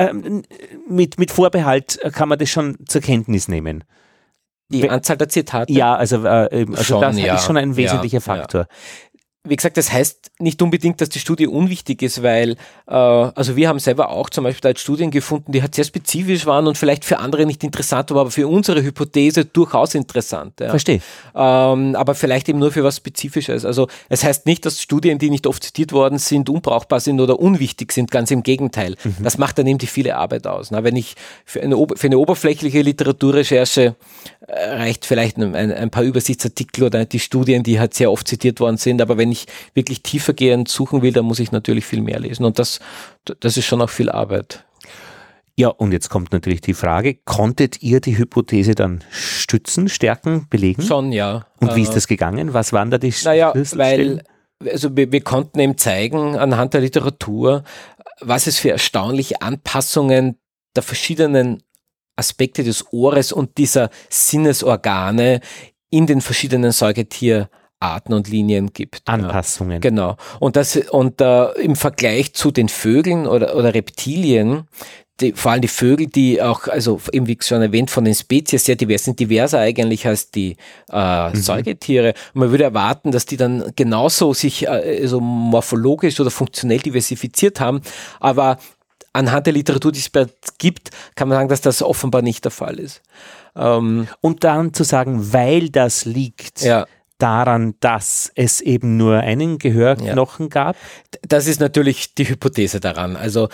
Mit Vorbehalt kann man das schon zur Kenntnis nehmen. Die Anzahl der Zitate? Ja, also schon, das ist schon ein wesentlicher Faktor. Wie gesagt, das heißt nicht unbedingt, dass die Studie unwichtig ist, weil, also wir haben selber auch zum Beispiel als Studien gefunden, die halt sehr spezifisch waren und vielleicht für andere nicht interessant, aber für unsere Hypothese durchaus interessant. Ja. Verstehe. Aber vielleicht eben nur für was Spezifisches. Also es heißt nicht, dass Studien, die nicht oft zitiert worden sind, unbrauchbar sind oder unwichtig sind, ganz im Gegenteil. Das macht dann eben die viele Arbeit aus. Na, wenn ich für eine oberflächliche Literaturrecherche reicht vielleicht ein paar Übersichtsartikel oder die Studien, die halt sehr oft zitiert worden sind, aber wenn ich wirklich tiefergehend suchen will, dann muss ich natürlich viel mehr lesen und das ist schon auch viel Arbeit. Ja, und jetzt kommt natürlich die Frage, konntet ihr die Hypothese dann stützen, stärken, belegen? Schon, ja. Und wie ist das gegangen? Was waren da die Schlüsselstellen? Also wir konnten eben zeigen anhand der Literatur, was es für erstaunliche Anpassungen der verschiedenen Aspekte des Ohres und dieser Sinnesorgane in den verschiedenen Säugetierarten und Linien gibt. Anpassungen. Ja. Genau. Und im Vergleich zu den Vögeln oder Reptilien, vor allem die Vögel, die auch, also eben wie schon erwähnt, von den Spezies sehr divers sind, diverser eigentlich als die Säugetiere. Und man würde erwarten, dass die dann genauso sich so morphologisch oder funktionell diversifiziert haben, aber anhand der Literatur, die es gibt, kann man sagen, dass das offenbar nicht der Fall ist. Und dann zu sagen, weil das liegt daran, dass es eben nur einen Gehörknochen gab? Das ist natürlich die Hypothese daran. Also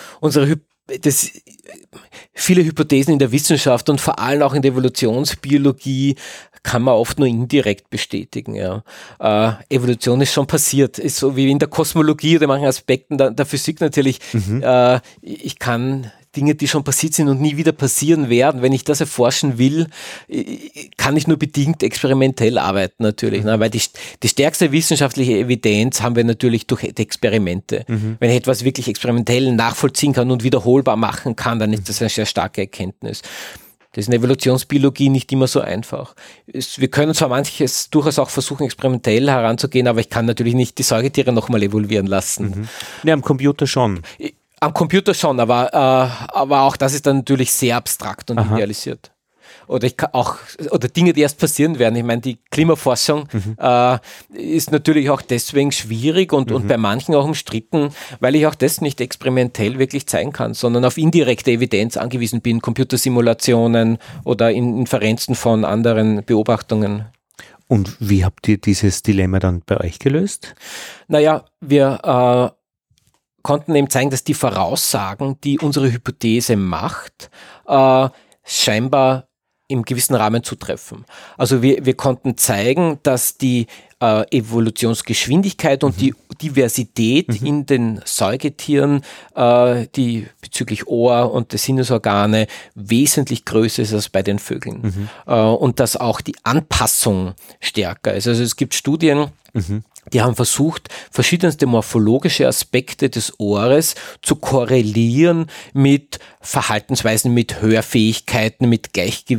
viele Hypothesen in der Wissenschaft und vor allem auch in der Evolutionsbiologie kann man oft nur indirekt bestätigen. Ja. Evolution ist schon passiert, ist so wie in der Kosmologie oder manchen Aspekten der Physik natürlich. Ich kann Dinge, die schon passiert sind und nie wieder passieren werden, wenn ich das erforschen will, kann ich nur bedingt experimentell arbeiten natürlich, ne? Weil die stärkste wissenschaftliche Evidenz haben wir natürlich durch Experimente. Wenn ich etwas wirklich experimentell nachvollziehen kann und wiederholbar machen kann, dann ist das eine sehr starke Erkenntnis. Das ist in der Evolutionsbiologie nicht immer so einfach. Wir können zwar manches durchaus auch versuchen, experimentell heranzugehen, aber ich kann natürlich nicht die Säugetiere nochmal evolvieren lassen. Ja, am Computer schon. Am Computer schon, aber auch das ist dann natürlich sehr abstrakt und idealisiert. oder ich kann auch, oder Dinge, die erst passieren werden. Ich meine, die Klimaforschung ist natürlich auch deswegen schwierig und bei manchen auch umstritten, weil ich auch das nicht experimentell wirklich zeigen kann, sondern auf indirekte Evidenz angewiesen bin, Computersimulationen oder Inferenzen von anderen Beobachtungen. Und wie habt ihr dieses Dilemma dann bei euch gelöst? Naja, wir konnten eben zeigen, dass die Voraussagen, die unsere Hypothese macht, scheinbar im gewissen Rahmen zutreffen. Also wir konnten zeigen, dass die Evolutionsgeschwindigkeit und die Diversität in den Säugetieren, die bezüglich Ohr und der Sinnesorgane wesentlich größer ist als bei den Vögeln. Und dass auch die Anpassung stärker ist. Also es gibt Studien, die haben versucht, verschiedenste morphologische Aspekte des Ohres zu korrelieren mit Verhaltensweisen, mit Hörfähigkeiten, mit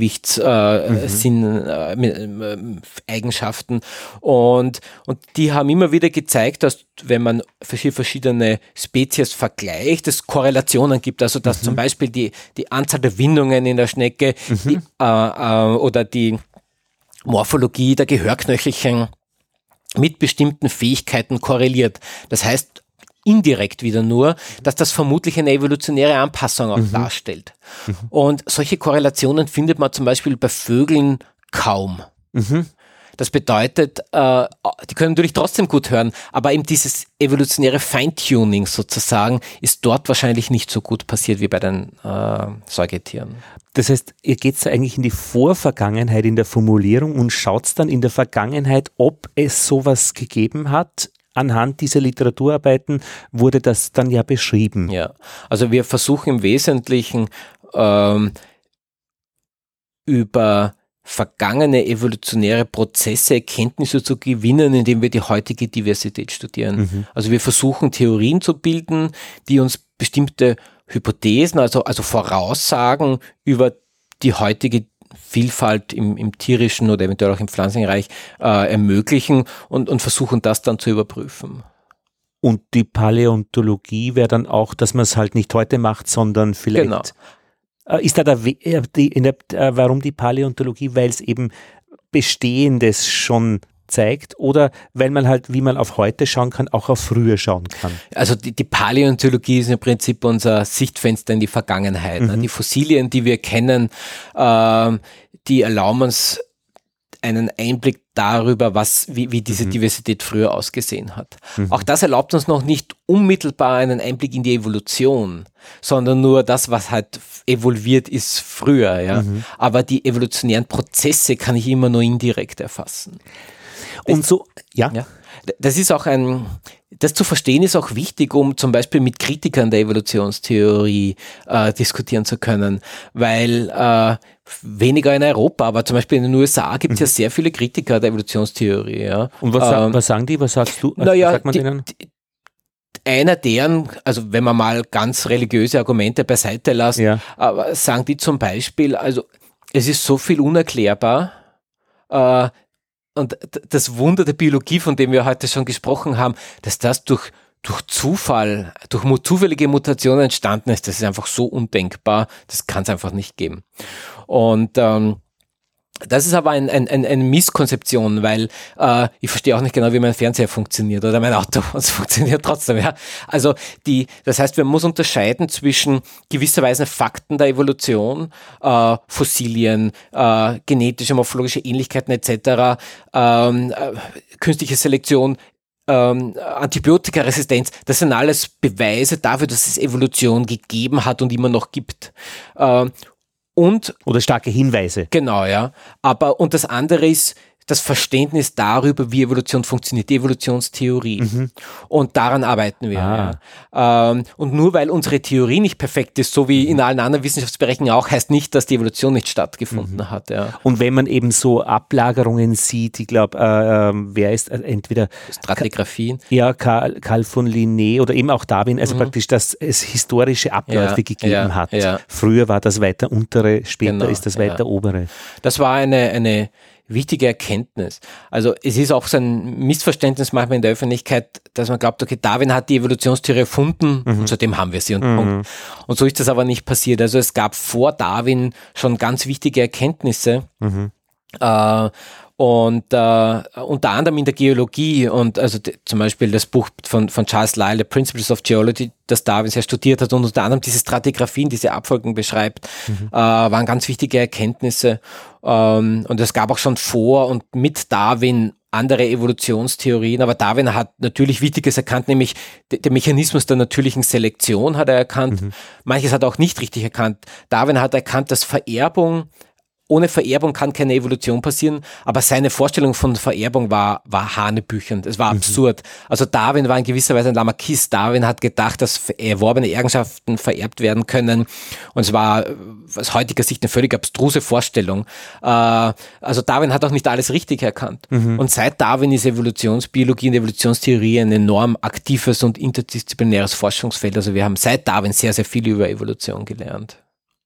Gleichgewichtssinn-Eigenschaften. Und die haben immer wieder gezeigt, dass wenn man verschiedene Spezies vergleicht, es Korrelationen gibt. Also dass zum Beispiel die Anzahl der Windungen in der Schnecke oder die Morphologie der Gehörknöchelchen mit bestimmten Fähigkeiten korreliert. Das heißt indirekt wieder nur, dass das vermutlich eine evolutionäre Anpassung auch darstellt. Und solche Korrelationen findet man zum Beispiel bei Vögeln kaum. Das bedeutet, die können natürlich trotzdem gut hören, aber eben dieses evolutionäre Feintuning sozusagen ist dort wahrscheinlich nicht so gut passiert wie bei den Säugetieren. Das heißt, ihr geht da eigentlich in die Vorvergangenheit in der Formulierung und schaut dann in der Vergangenheit, ob es sowas gegeben hat. Anhand dieser Literaturarbeiten wurde das dann ja beschrieben. Ja, also wir versuchen im Wesentlichen über vergangene evolutionäre Prozesse Erkenntnisse zu gewinnen, indem wir die heutige Diversität studieren. Also wir versuchen Theorien zu bilden, die uns bestimmte Hypothesen, also Voraussagen über die heutige Vielfalt im tierischen oder eventuell auch im Pflanzenreich ermöglichen und versuchen das dann zu überprüfen. Und die Paläontologie wäre dann auch, dass man es halt nicht heute macht, sondern vielleicht... Genau. Ist da warum die Paläontologie? Weil es eben Bestehendes schon zeigt oder weil man halt, wie man auf heute schauen kann, auch auf früher schauen kann? Also die Paläontologie ist im Prinzip unser Sichtfenster in die Vergangenheit. Die Fossilien, die wir kennen, die erlauben uns einen Einblick darüber, wie diese Diversität früher ausgesehen hat. Auch das erlaubt uns noch nicht unmittelbar einen Einblick in die Evolution, sondern nur das, was halt evolviert ist früher. Ja. Aber die evolutionären Prozesse kann ich immer nur indirekt erfassen. Und so, ja. Das ist auch das zu verstehen ist auch wichtig, um zum Beispiel mit Kritikern der Evolutionstheorie diskutieren zu können, weil weniger in Europa, aber zum Beispiel in den USA gibt es ja sehr viele Kritiker der Evolutionstheorie. Ja. Und was sagen die? Was sagst du? Was sagt man denen? Einer deren, also wenn man mal ganz religiöse Argumente beiseite lässt, aber sagen die zum Beispiel, also es ist so viel unerklärbar, und das Wunder der Biologie, von dem wir heute schon gesprochen haben, dass das durch Zufall, durch zufällige Mutationen entstanden ist, das ist einfach so undenkbar, das kann es einfach nicht geben. Und das ist aber eine Misskonzeption, weil ich verstehe auch nicht genau, wie mein Fernseher funktioniert oder mein Auto, und es funktioniert trotzdem. Ja. Also das heißt, man muss unterscheiden zwischen gewisserweise Fakten der Evolution, Fossilien, genetische, morphologische Ähnlichkeiten etc., künstliche Selektion, Antibiotikaresistenz, das sind alles Beweise dafür, dass es Evolution gegeben hat und immer noch gibt. Oder starke Hinweise. Genau, ja. Und das andere ist das Verständnis darüber, wie Evolution funktioniert, die Evolutionstheorie. Und daran arbeiten wir. Ja. Und nur weil unsere Theorie nicht perfekt ist, so wie in allen anderen Wissenschaftsbereichen auch, heißt nicht, dass die Evolution nicht stattgefunden hat. Ja. Und wenn man eben so Ablagerungen sieht, ich glaube, wer ist entweder Stratigraphien? Ja, Carl von Linné oder eben auch Darwin, also praktisch, dass es historische Abläufe gegeben hat. Ja. Früher war das weiter untere, später ist das weiter obere. Das war eine wichtige Erkenntnis. Also es ist auch so ein Missverständnis manchmal in der Öffentlichkeit, dass man glaubt, okay, Darwin hat die Evolutionstheorie erfunden und seitdem haben wir sie und Punkt. Und so ist das aber nicht passiert. Also es gab vor Darwin schon ganz wichtige Erkenntnisse, und unter anderem in der Geologie und also zum Beispiel das Buch von Charles Lyell, The Principles of Geology, das Darwin sehr studiert hat und unter anderem diese Stratigraphien, diese Abfolgen beschreibt, waren ganz wichtige Erkenntnisse. Und es gab auch schon vor und mit Darwin andere Evolutionstheorien, aber Darwin hat natürlich Wichtiges erkannt, nämlich den Mechanismus der natürlichen Selektion hat er erkannt. Manches hat er auch nicht richtig erkannt. Darwin hat erkannt, dass ohne Vererbung kann keine Evolution passieren, aber seine Vorstellung von Vererbung war hanebüchend, es war absurd. Also Darwin war in gewisser Weise ein Lamarckist. Darwin hat gedacht, dass erworbene Eigenschaften vererbt werden können und es war aus heutiger Sicht eine völlig abstruse Vorstellung. Also Darwin hat auch nicht alles richtig erkannt. Und seit Darwin ist Evolutionsbiologie und Evolutionstheorie ein enorm aktives und interdisziplinäres Forschungsfeld. Also wir haben seit Darwin sehr, sehr viel über Evolution gelernt.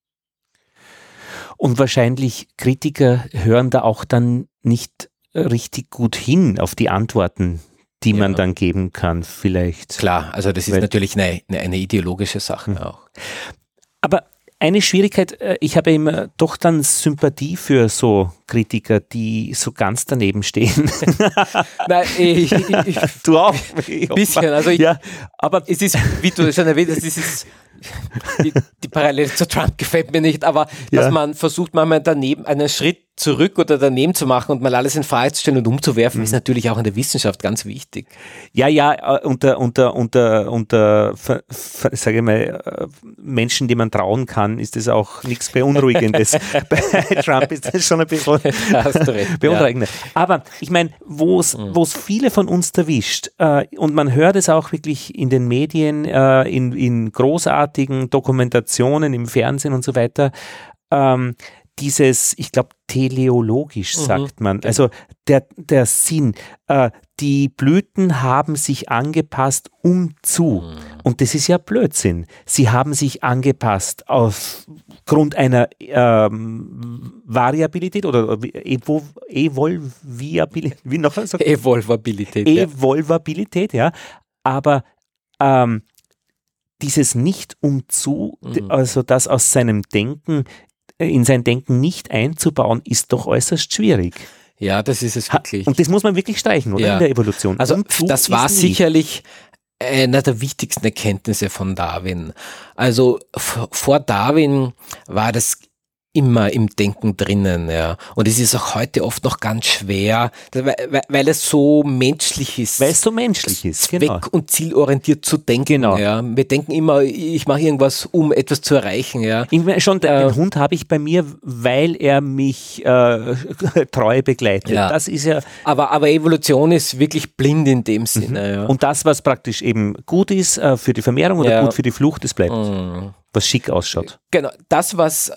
Und wahrscheinlich Kritiker hören da auch dann nicht richtig gut hin auf die Antworten, die man dann geben kann, vielleicht. Klar, also das ist natürlich eine ideologische Sache auch. Aber eine Schwierigkeit, ich habe immer doch dann Sympathie für so Kritiker, die so ganz daneben stehen. Nein, du auch? Ein bisschen, also aber es ist, wie du schon erwähnt hast, die Parallele zu Trump gefällt mir nicht, aber dass man versucht, manchmal daneben einen Schritt zurück oder daneben zu machen und mal alles in Frage zu stellen und umzuwerfen, ist natürlich auch in der Wissenschaft ganz wichtig. Sage ich mal, Menschen, die man trauen kann, ist das auch nichts Beunruhigendes. Bei Trump ist das schon ein bisschen beunruhigender. Aber ich meine, wo es viele von uns erwischt, und man hört es auch wirklich in den Medien, in großartigen Dokumentationen im Fernsehen und so weiter, dieses, ich glaube, teleologisch sagt man, also der Sinn, die Blüten haben sich angepasst und das ist ja Blödsinn. Sie haben sich angepasst aufgrund einer Variabilität oder Evolvabilität, wie noch sagt? Evolvabilität, ja, aber dieses nicht also das aus seinem Denken in sein Denken nicht einzubauen, ist doch äußerst schwierig. Ja, das ist es wirklich. Und das muss man wirklich streichen, oder? In der Evolution. Also das war sicherlich einer der wichtigsten Erkenntnisse von Darwin. Also vor Darwin war das immer im Denken drinnen, ja. Und es ist auch heute oft noch ganz schwer, weil es so menschlich ist. Weil es so menschlich ist, genau. Zweck- und zielorientiert zu denken, genau. Ja. Wir denken immer, ich mache irgendwas, um etwas zu erreichen, ja. Den Hund habe ich bei mir, weil er mich treu begleitet. Ja. Das ist ja. Aber Evolution ist wirklich blind in dem Sinne, ja. Und das, was praktisch eben gut ist für die Vermehrung oder gut für die Flucht, das bleibt. Was schick ausschaut. Genau, das, was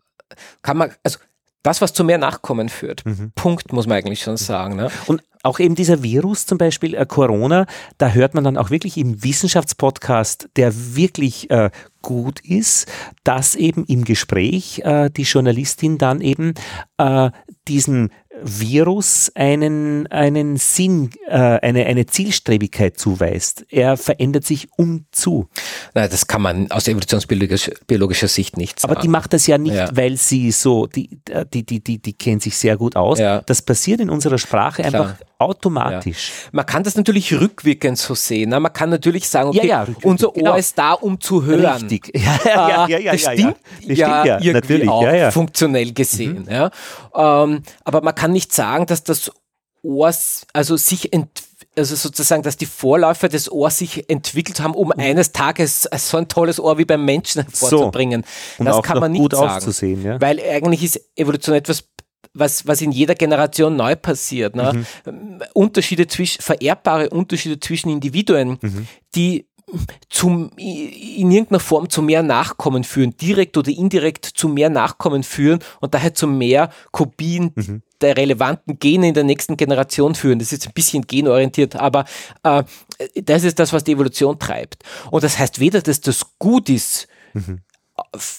zu mehr Nachkommen führt. Punkt, muss man eigentlich schon sagen. Ne? Und auch eben dieser Virus zum Beispiel, Corona, da hört man dann auch wirklich im Wissenschaftspodcast, der wirklich gut ist, dass eben im Gespräch die Journalistin dann eben diesen Virus einen Sinn, eine Zielstrebigkeit zuweist. Er verändert sich zu. Nein, das kann man aus evolutionsbiologischer Sicht nicht sagen. Aber die macht das ja nicht, weil sie so, die kennt sich sehr gut aus. Ja. Das passiert in unserer Sprache einfach automatisch. Ja. Man kann das natürlich rückwirkend so sehen. Ne? Man kann natürlich sagen, okay, unser Ohr ist da, um zu hören. Richtig. Das stimmt ja irgendwie natürlich. Auch funktionell gesehen. Ja? Aber man kann nicht sagen, dass das Ohr sozusagen, dass die Vorläufer des Ohrs sich entwickelt haben, um eines Tages so ein tolles Ohr wie beim Menschen hervorzubringen. Und das auch kann man nicht gut sagen. Auszusehen, ja? Weil eigentlich ist Evolution etwas, was in jeder Generation neu passiert. Ne? Vererbbare Unterschiede zwischen Individuen, die in irgendeiner Form zu mehr Nachkommen führen, direkt oder indirekt zu mehr Nachkommen führen und daher zu mehr Kopien der relevanten Gene in der nächsten Generation führen. Das ist ein bisschen genorientiert, aber das ist das, was die Evolution treibt. Und das heißt weder, dass das gut ist,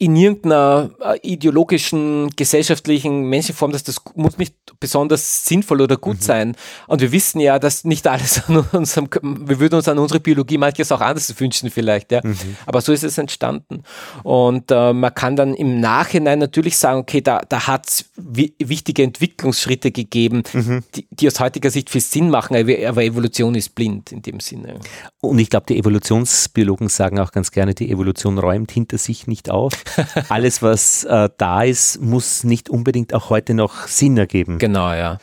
in irgendeiner ideologischen, gesellschaftlichen Menschenform, dass das muss nicht besonders sinnvoll oder gut sein. Und wir wissen ja, dass nicht alles an unserem, wir würden uns an unsere Biologie manches auch anders wünschen vielleicht, ja. Aber so ist es entstanden. Und man kann dann im Nachhinein natürlich sagen, okay, da hat es wichtige Entwicklungsschritte gegeben, die aus heutiger Sicht viel Sinn machen, aber Evolution ist blind in dem Sinne. Und ich glaube, die Evolutionsbiologen sagen auch ganz gerne, die Evolution räumt hinter sich nicht auf. Alles, was da ist, muss nicht unbedingt auch heute noch Sinn ergeben. Genau, ja.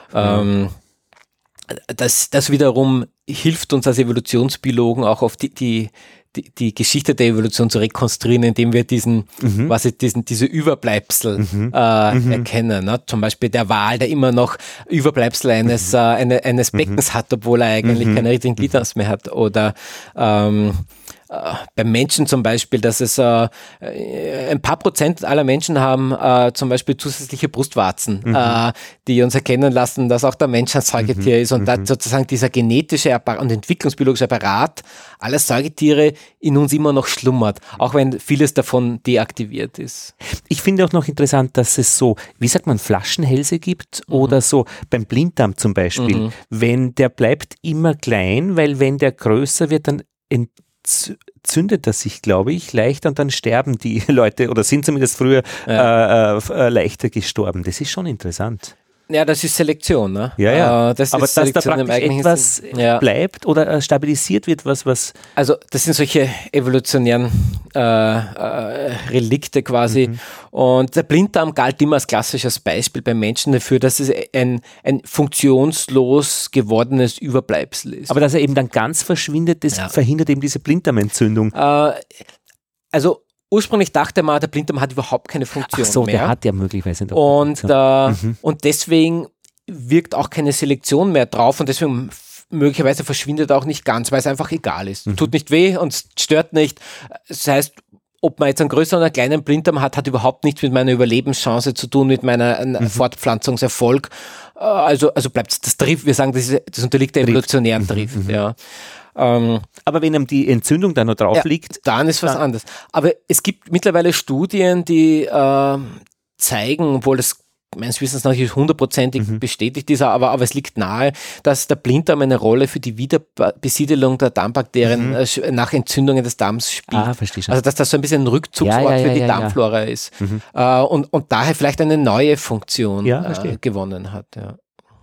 Das wiederum hilft uns als Evolutionsbiologen auch auf die Geschichte der Evolution zu rekonstruieren, indem wir diese Überbleibsel erkennen. Ne? Zum Beispiel der Wal, der immer noch Überbleibsel eines Beckens hat, obwohl er eigentlich keine richtigen Gliedmaßen mehr hat. Oder beim Menschen zum Beispiel, dass es ein paar Prozent aller Menschen haben zum Beispiel zusätzliche Brustwarzen, die uns erkennen lassen, dass auch der Mensch ein Säugetier ist und da sozusagen dieser genetische und entwicklungsbiologische Apparat aller Säugetiere in uns immer noch schlummert, auch wenn vieles davon deaktiviert ist. Ich finde auch noch interessant, dass es so, wie sagt man, Flaschenhälse gibt oder so beim Blinddarm zum Beispiel. Wenn der bleibt immer klein, weil wenn der größer wird, dann entzündet er sich, glaube ich, leichter und dann sterben die Leute oder sind zumindest früher leichter gestorben. Das ist schon interessant. Ja, das ist Selektion, ne? Ja. Das aber ist dass da Selektion praktisch etwas bleibt oder stabilisiert wird, was... Also das sind solche evolutionären Relikte quasi. Und der Blinddarm galt immer als klassisches Beispiel bei Menschen dafür, dass es ein funktionslos gewordenes Überbleibsel ist. Aber dass er eben dann ganz verschwindet, das verhindert eben diese Blinddarmentzündung. Also ursprünglich dachte man, der Blinddarm hat überhaupt keine Funktion mehr. Der hat ja möglicherweise eine Funktion. Und deswegen wirkt auch keine Selektion mehr drauf und deswegen möglicherweise verschwindet er auch nicht ganz, weil es einfach egal ist. Tut nicht weh und stört nicht. Das heißt, ob man jetzt einen größeren oder einen kleinen Blinddarm hat überhaupt nichts mit meiner Überlebenschance zu tun, mit meiner Fortpflanzungserfolg. Also bleibt das Drift, wir sagen, das unterliegt der evolutionären Drift, ja. Aber wenn ihm die Entzündung dann noch drauf liegt, dann ist was anderes. Aber es gibt mittlerweile Studien, die zeigen, obwohl das meines Wissens nach nicht hundertprozentig bestätigt ist, aber es liegt nahe, dass der Blinddarm eine Rolle für die Wiederbesiedelung der Darmbakterien nach Entzündungen des Darms spielt. Verstehe schon. Also dass das so ein bisschen ein Rückzugsort für die Darmflora ist. Und daher vielleicht eine neue Funktion gewonnen hat. Ja.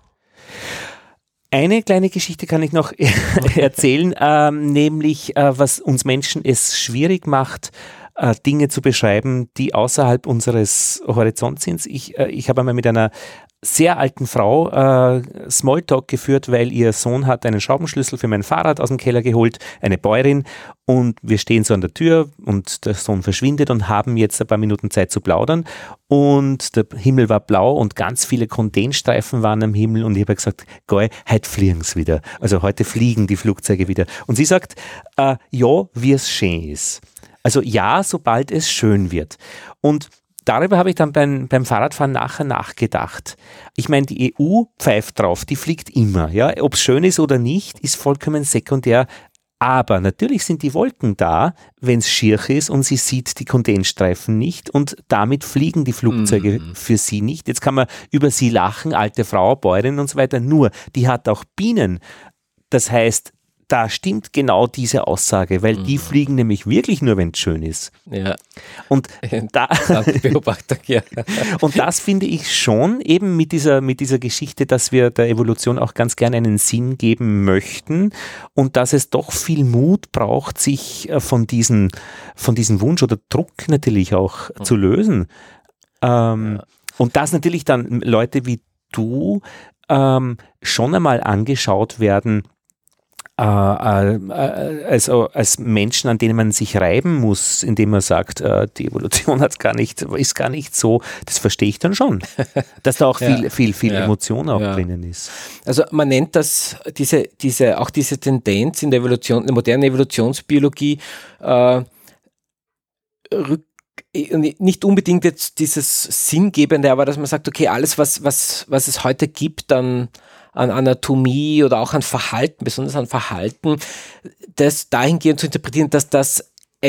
Eine kleine Geschichte kann ich noch erzählen, nämlich was uns Menschen es schwierig macht, Dinge zu beschreiben, die außerhalb unseres Horizonts sind. Ich habe einmal mit einer sehr alten Frau Smalltalk geführt, weil ihr Sohn hat einen Schraubenschlüssel für mein Fahrrad aus dem Keller geholt, eine Bäuerin, und wir stehen so an der Tür und der Sohn verschwindet und haben jetzt ein paar Minuten Zeit zu plaudern und der Himmel war blau und ganz viele Kondensstreifen waren am Himmel und ich habe gesagt, geil, heute fliegen sie wieder. Also heute fliegen die Flugzeuge wieder. Und sie sagt, ja, wie es schön ist. Also ja, sobald es schön wird. Und darüber habe ich dann beim Fahrradfahren nachher nachgedacht. Ich meine, die EU pfeift drauf, die fliegt immer. Ja? Ob es schön ist oder nicht, ist vollkommen sekundär. Aber natürlich sind die Wolken da, wenn es schier ist und sie sieht die Kondensstreifen nicht und damit fliegen die Flugzeuge für sie nicht. Jetzt kann man über sie lachen, alte Frau, Bäuerin und so weiter. Nur, die hat auch Bienen. Das heißt, da stimmt genau diese Aussage, weil die fliegen nämlich wirklich nur, wenn es schön ist. Ja. Und Beobachtung, ja. Und das finde ich schon eben mit dieser Geschichte, dass wir der Evolution auch ganz gerne einen Sinn geben möchten und dass es doch viel Mut braucht, sich von diesem Wunsch oder Druck natürlich auch zu lösen. Und dass natürlich dann Leute wie du schon einmal angeschaut werden, also als Menschen, an denen man sich reiben muss, indem man sagt, die Evolution ist gar nicht so, das verstehe ich dann schon, dass da auch viel Emotion auch drinnen ist. Also man nennt das diese Tendenz in der Evolution, in der modernen Evolutionsbiologie, nicht unbedingt jetzt dieses Sinngebende, aber dass man sagt, okay, alles, was es heute gibt, dann an Anatomie oder auch an Verhalten, besonders an Verhalten, das dahingehend zu interpretieren, dass das eine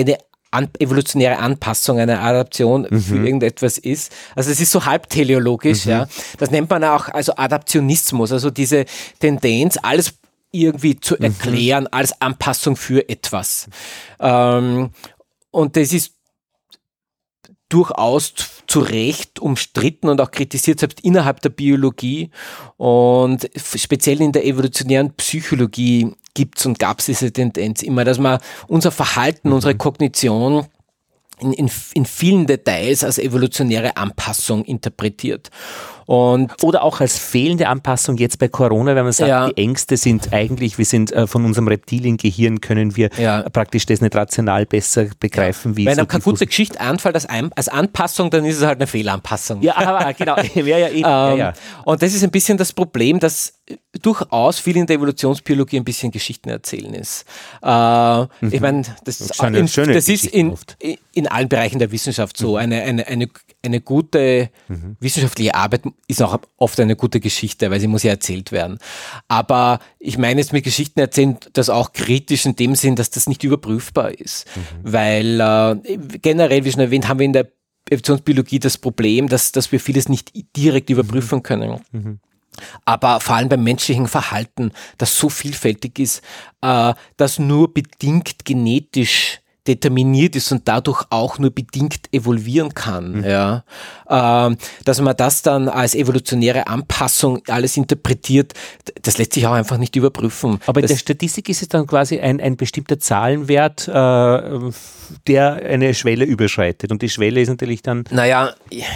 evolutionäre Anpassung, eine Adaption für irgendetwas ist. Also es ist so halb teleologisch, ja. Das nennt man auch also Adaptionismus, also diese Tendenz, alles irgendwie zu erklären als Anpassung für etwas. Und das ist durchaus zu Recht umstritten und auch kritisiert, selbst innerhalb der Biologie und speziell in der evolutionären Psychologie gibt's und gab's diese Tendenz immer, dass man unser Verhalten, unsere Kognition in vielen Details als evolutionäre Anpassung interpretiert. Oder auch als fehlende Anpassung jetzt bei Corona, wenn man sagt, die Ängste sind eigentlich, wir sind von unserem Reptiliengehirn, können wir praktisch das nicht rational besser begreifen. Wie wenn so einem keine gute Geschichte einfällt als Anpassung, dann ist es halt eine Fehlanpassung. Ja, aber genau. Und das ist ein bisschen das Problem, dass durchaus viel in der Evolutionsbiologie ein bisschen Geschichten erzählen ist. Ich meine, das ist in allen Bereichen der Wissenschaft so. Eine gute wissenschaftliche Arbeit ist auch oft eine gute Geschichte, weil sie muss ja erzählt werden. Aber ich meine jetzt mit Geschichten erzählen, das auch kritisch in dem Sinn, dass das nicht überprüfbar ist. Weil generell, wie schon erwähnt, haben wir in der Evolutionsbiologie das Problem, dass wir vieles nicht direkt überprüfen können. Aber vor allem beim menschlichen Verhalten, das so vielfältig ist, das nur bedingt genetisch determiniert ist und dadurch auch nur bedingt evolvieren kann, dass man das dann als evolutionäre Anpassung alles interpretiert, das lässt sich auch einfach nicht überprüfen. Aber in der Statistik ist es dann quasi ein bestimmter Zahlenwert, der eine Schwelle überschreitet und die Schwelle ist natürlich dann... Naja,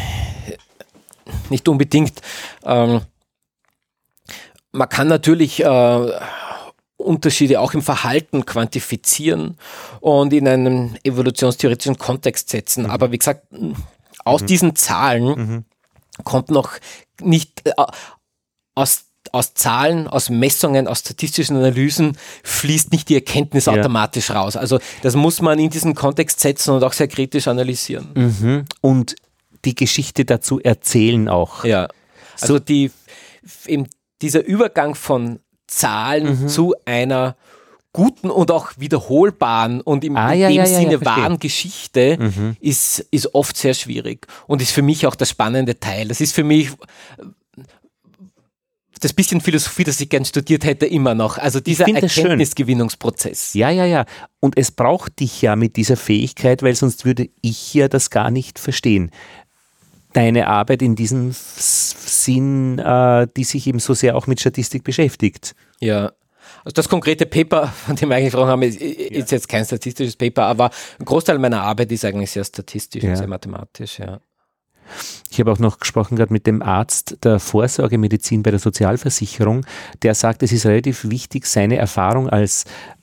nicht unbedingt. Man kann natürlich Unterschiede auch im Verhalten quantifizieren und in einen evolutionstheoretischen Kontext setzen. Aber wie gesagt, aus diesen Zahlen kommt noch nicht aus Zahlen, aus Messungen, aus statistischen Analysen fließt nicht die Erkenntnis automatisch raus. Also das muss man in diesen Kontext setzen und auch sehr kritisch analysieren. Und die Geschichte dazu erzählen auch. Ja, also dieser Übergang von Zahlen zu einer guten und auch wiederholbaren und in dem Sinne wahren Geschichte ist oft sehr schwierig und ist für mich auch der spannende Teil. Das ist für mich das bisschen Philosophie, das ich gern studiert hätte, immer noch. Also dieser Erkenntnisgewinnungsprozess. Ja. Und es braucht dich ja mit dieser Fähigkeit, weil sonst würde ich ja das gar nicht verstehen. Deine Arbeit in diesem Sinn, die sich eben so sehr auch mit Statistik beschäftigt. Ja, also das konkrete Paper, von dem wir eigentlich gesprochen haben, ist jetzt kein statistisches Paper, aber ein Großteil meiner Arbeit ist eigentlich sehr statistisch und sehr mathematisch, Ich habe auch noch gesprochen gerade mit dem Arzt der Vorsorgemedizin bei der Sozialversicherung, der sagt, es ist relativ wichtig, seine Erfahrung als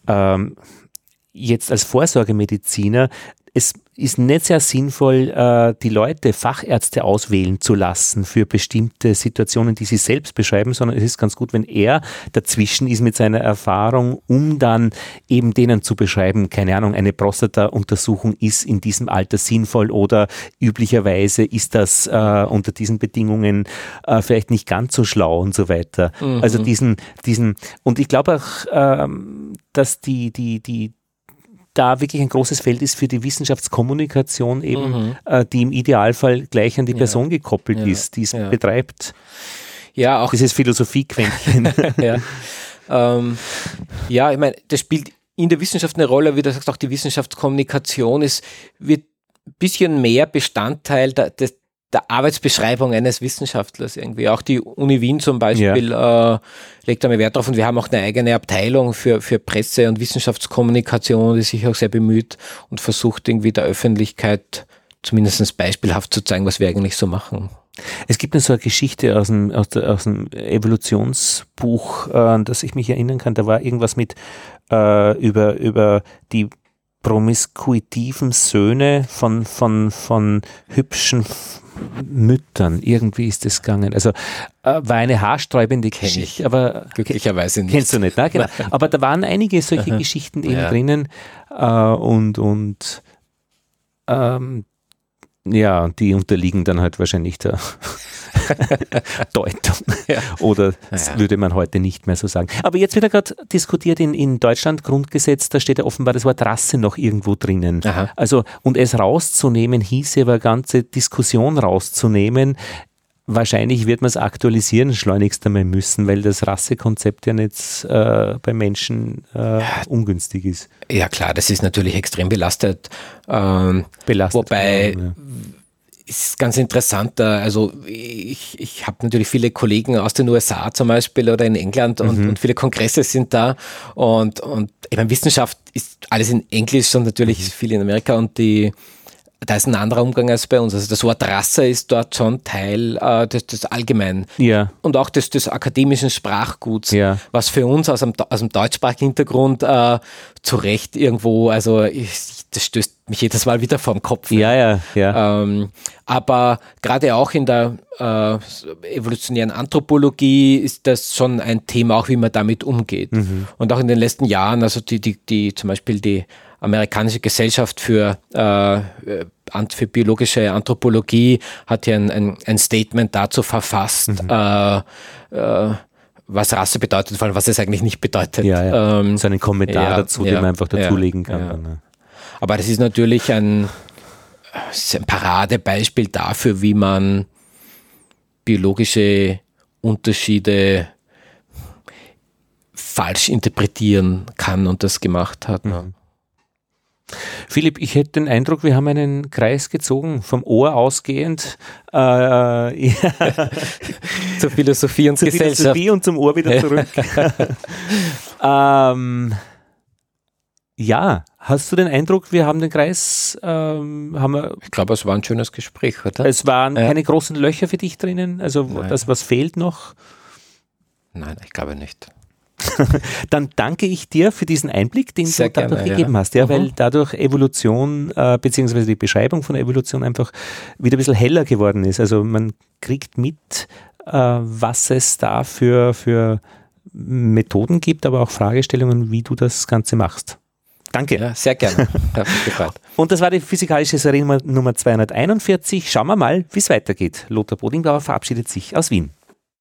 Vorsorgemediziner, es ist nicht sehr sinnvoll, die Leute, Fachärzte auswählen zu lassen für bestimmte Situationen, die sie selbst beschreiben, sondern es ist ganz gut, wenn er dazwischen ist mit seiner Erfahrung, um dann eben denen zu beschreiben, keine Ahnung, eine Prostata-Untersuchung ist in diesem Alter sinnvoll oder üblicherweise ist das unter diesen Bedingungen vielleicht nicht ganz so schlau und so weiter. Also diesen, und ich glaube auch, dass die da wirklich ein großes Feld ist für die Wissenschaftskommunikation eben, die im Idealfall gleich an die Person gekoppelt ist, die es betreibt. Ja, auch dieses Philosophiequäntchen. Ich meine, das spielt in der Wissenschaft eine Rolle, wie du sagst, auch die Wissenschaftskommunikation wird ein bisschen mehr Bestandteil der Arbeitsbeschreibung eines Wissenschaftlers irgendwie. Auch die Uni Wien zum Beispiel legt da mehr Wert drauf und wir haben auch eine eigene Abteilung für Presse- und Wissenschaftskommunikation, die sich auch sehr bemüht und versucht irgendwie der Öffentlichkeit zumindest beispielhaft zu zeigen, was wir eigentlich so machen. Es gibt so eine Geschichte aus dem Evolutionsbuch, an das ich mich erinnern kann, da war irgendwas mit über die promiskuitiven Söhne von hübschen Müttern. Irgendwie ist das gegangen. Also war eine haarsträubende Geschichte, aber glücklicherweise nicht. Kennst du nicht, ne? Genau. Aber da waren einige solche Geschichten eben drinnen die unterliegen dann halt wahrscheinlich Deutung. Oder das würde man heute nicht mehr so sagen. Aber jetzt wird ja gerade diskutiert in Deutschland Grundgesetz, da steht ja offenbar das Wort Rasse noch irgendwo drinnen. Aha. Also, und es rauszunehmen hieße aber eine ganze Diskussion rauszunehmen. Wahrscheinlich wird man es aktualisieren schleunigst einmal müssen, weil das Rassekonzept ja nicht bei Menschen ungünstig ist. Ja klar, das ist natürlich extrem belastet. Wobei ist ganz interessant, also ich habe natürlich viele Kollegen aus den USA zum Beispiel oder in England und viele Kongresse sind da und ich meine, Wissenschaft ist alles in Englisch und natürlich viel in Amerika und da ist ein anderer Umgang als bei uns. Also das Wort Rasse ist dort schon Teil des Allgemeinen und auch des akademischen Sprachguts, was für uns aus dem deutschsprachigen Hintergrund zu Recht irgendwo, also das stößt mich jedes Mal wieder vom Kopf. Aber gerade auch in der evolutionären Anthropologie ist das schon ein Thema, auch wie man damit umgeht. Und auch in den letzten Jahren, also die zum Beispiel die amerikanische Gesellschaft für biologische Anthropologie hat hier ein Statement dazu verfasst, was Rasse bedeutet, vor allem was es eigentlich nicht bedeutet. So einen Kommentar dazu, den man einfach dazulegen kann. Aber das ist natürlich ein Paradebeispiel dafür, wie man biologische Unterschiede falsch interpretieren kann und das gemacht hat. Philipp, ich hätte den Eindruck, wir haben einen Kreis gezogen, vom Ohr ausgehend zur Philosophie und Gesellschaft. Philosophie und zum Ohr wieder zurück. Hast du den Eindruck, wir haben den Kreis, Ich glaube, es war ein schönes Gespräch, oder? Es waren keine großen Löcher für dich drinnen, also das, was fehlt noch? Nein, ich glaube nicht. Dann danke ich dir für diesen Einblick, den du dadurch gegeben hast, weil dadurch Evolution beziehungsweise die Beschreibung von Evolution einfach wieder ein bisschen heller geworden ist. Also man kriegt mit, was es da für Methoden gibt, aber auch Fragestellungen, wie du das Ganze machst. Danke. Ja, sehr gerne. Hat mich gefreut. Und das war die physikalische Serie Nummer 241. Schauen wir mal, wie es weitergeht. Lothar Bodingbauer verabschiedet sich aus Wien.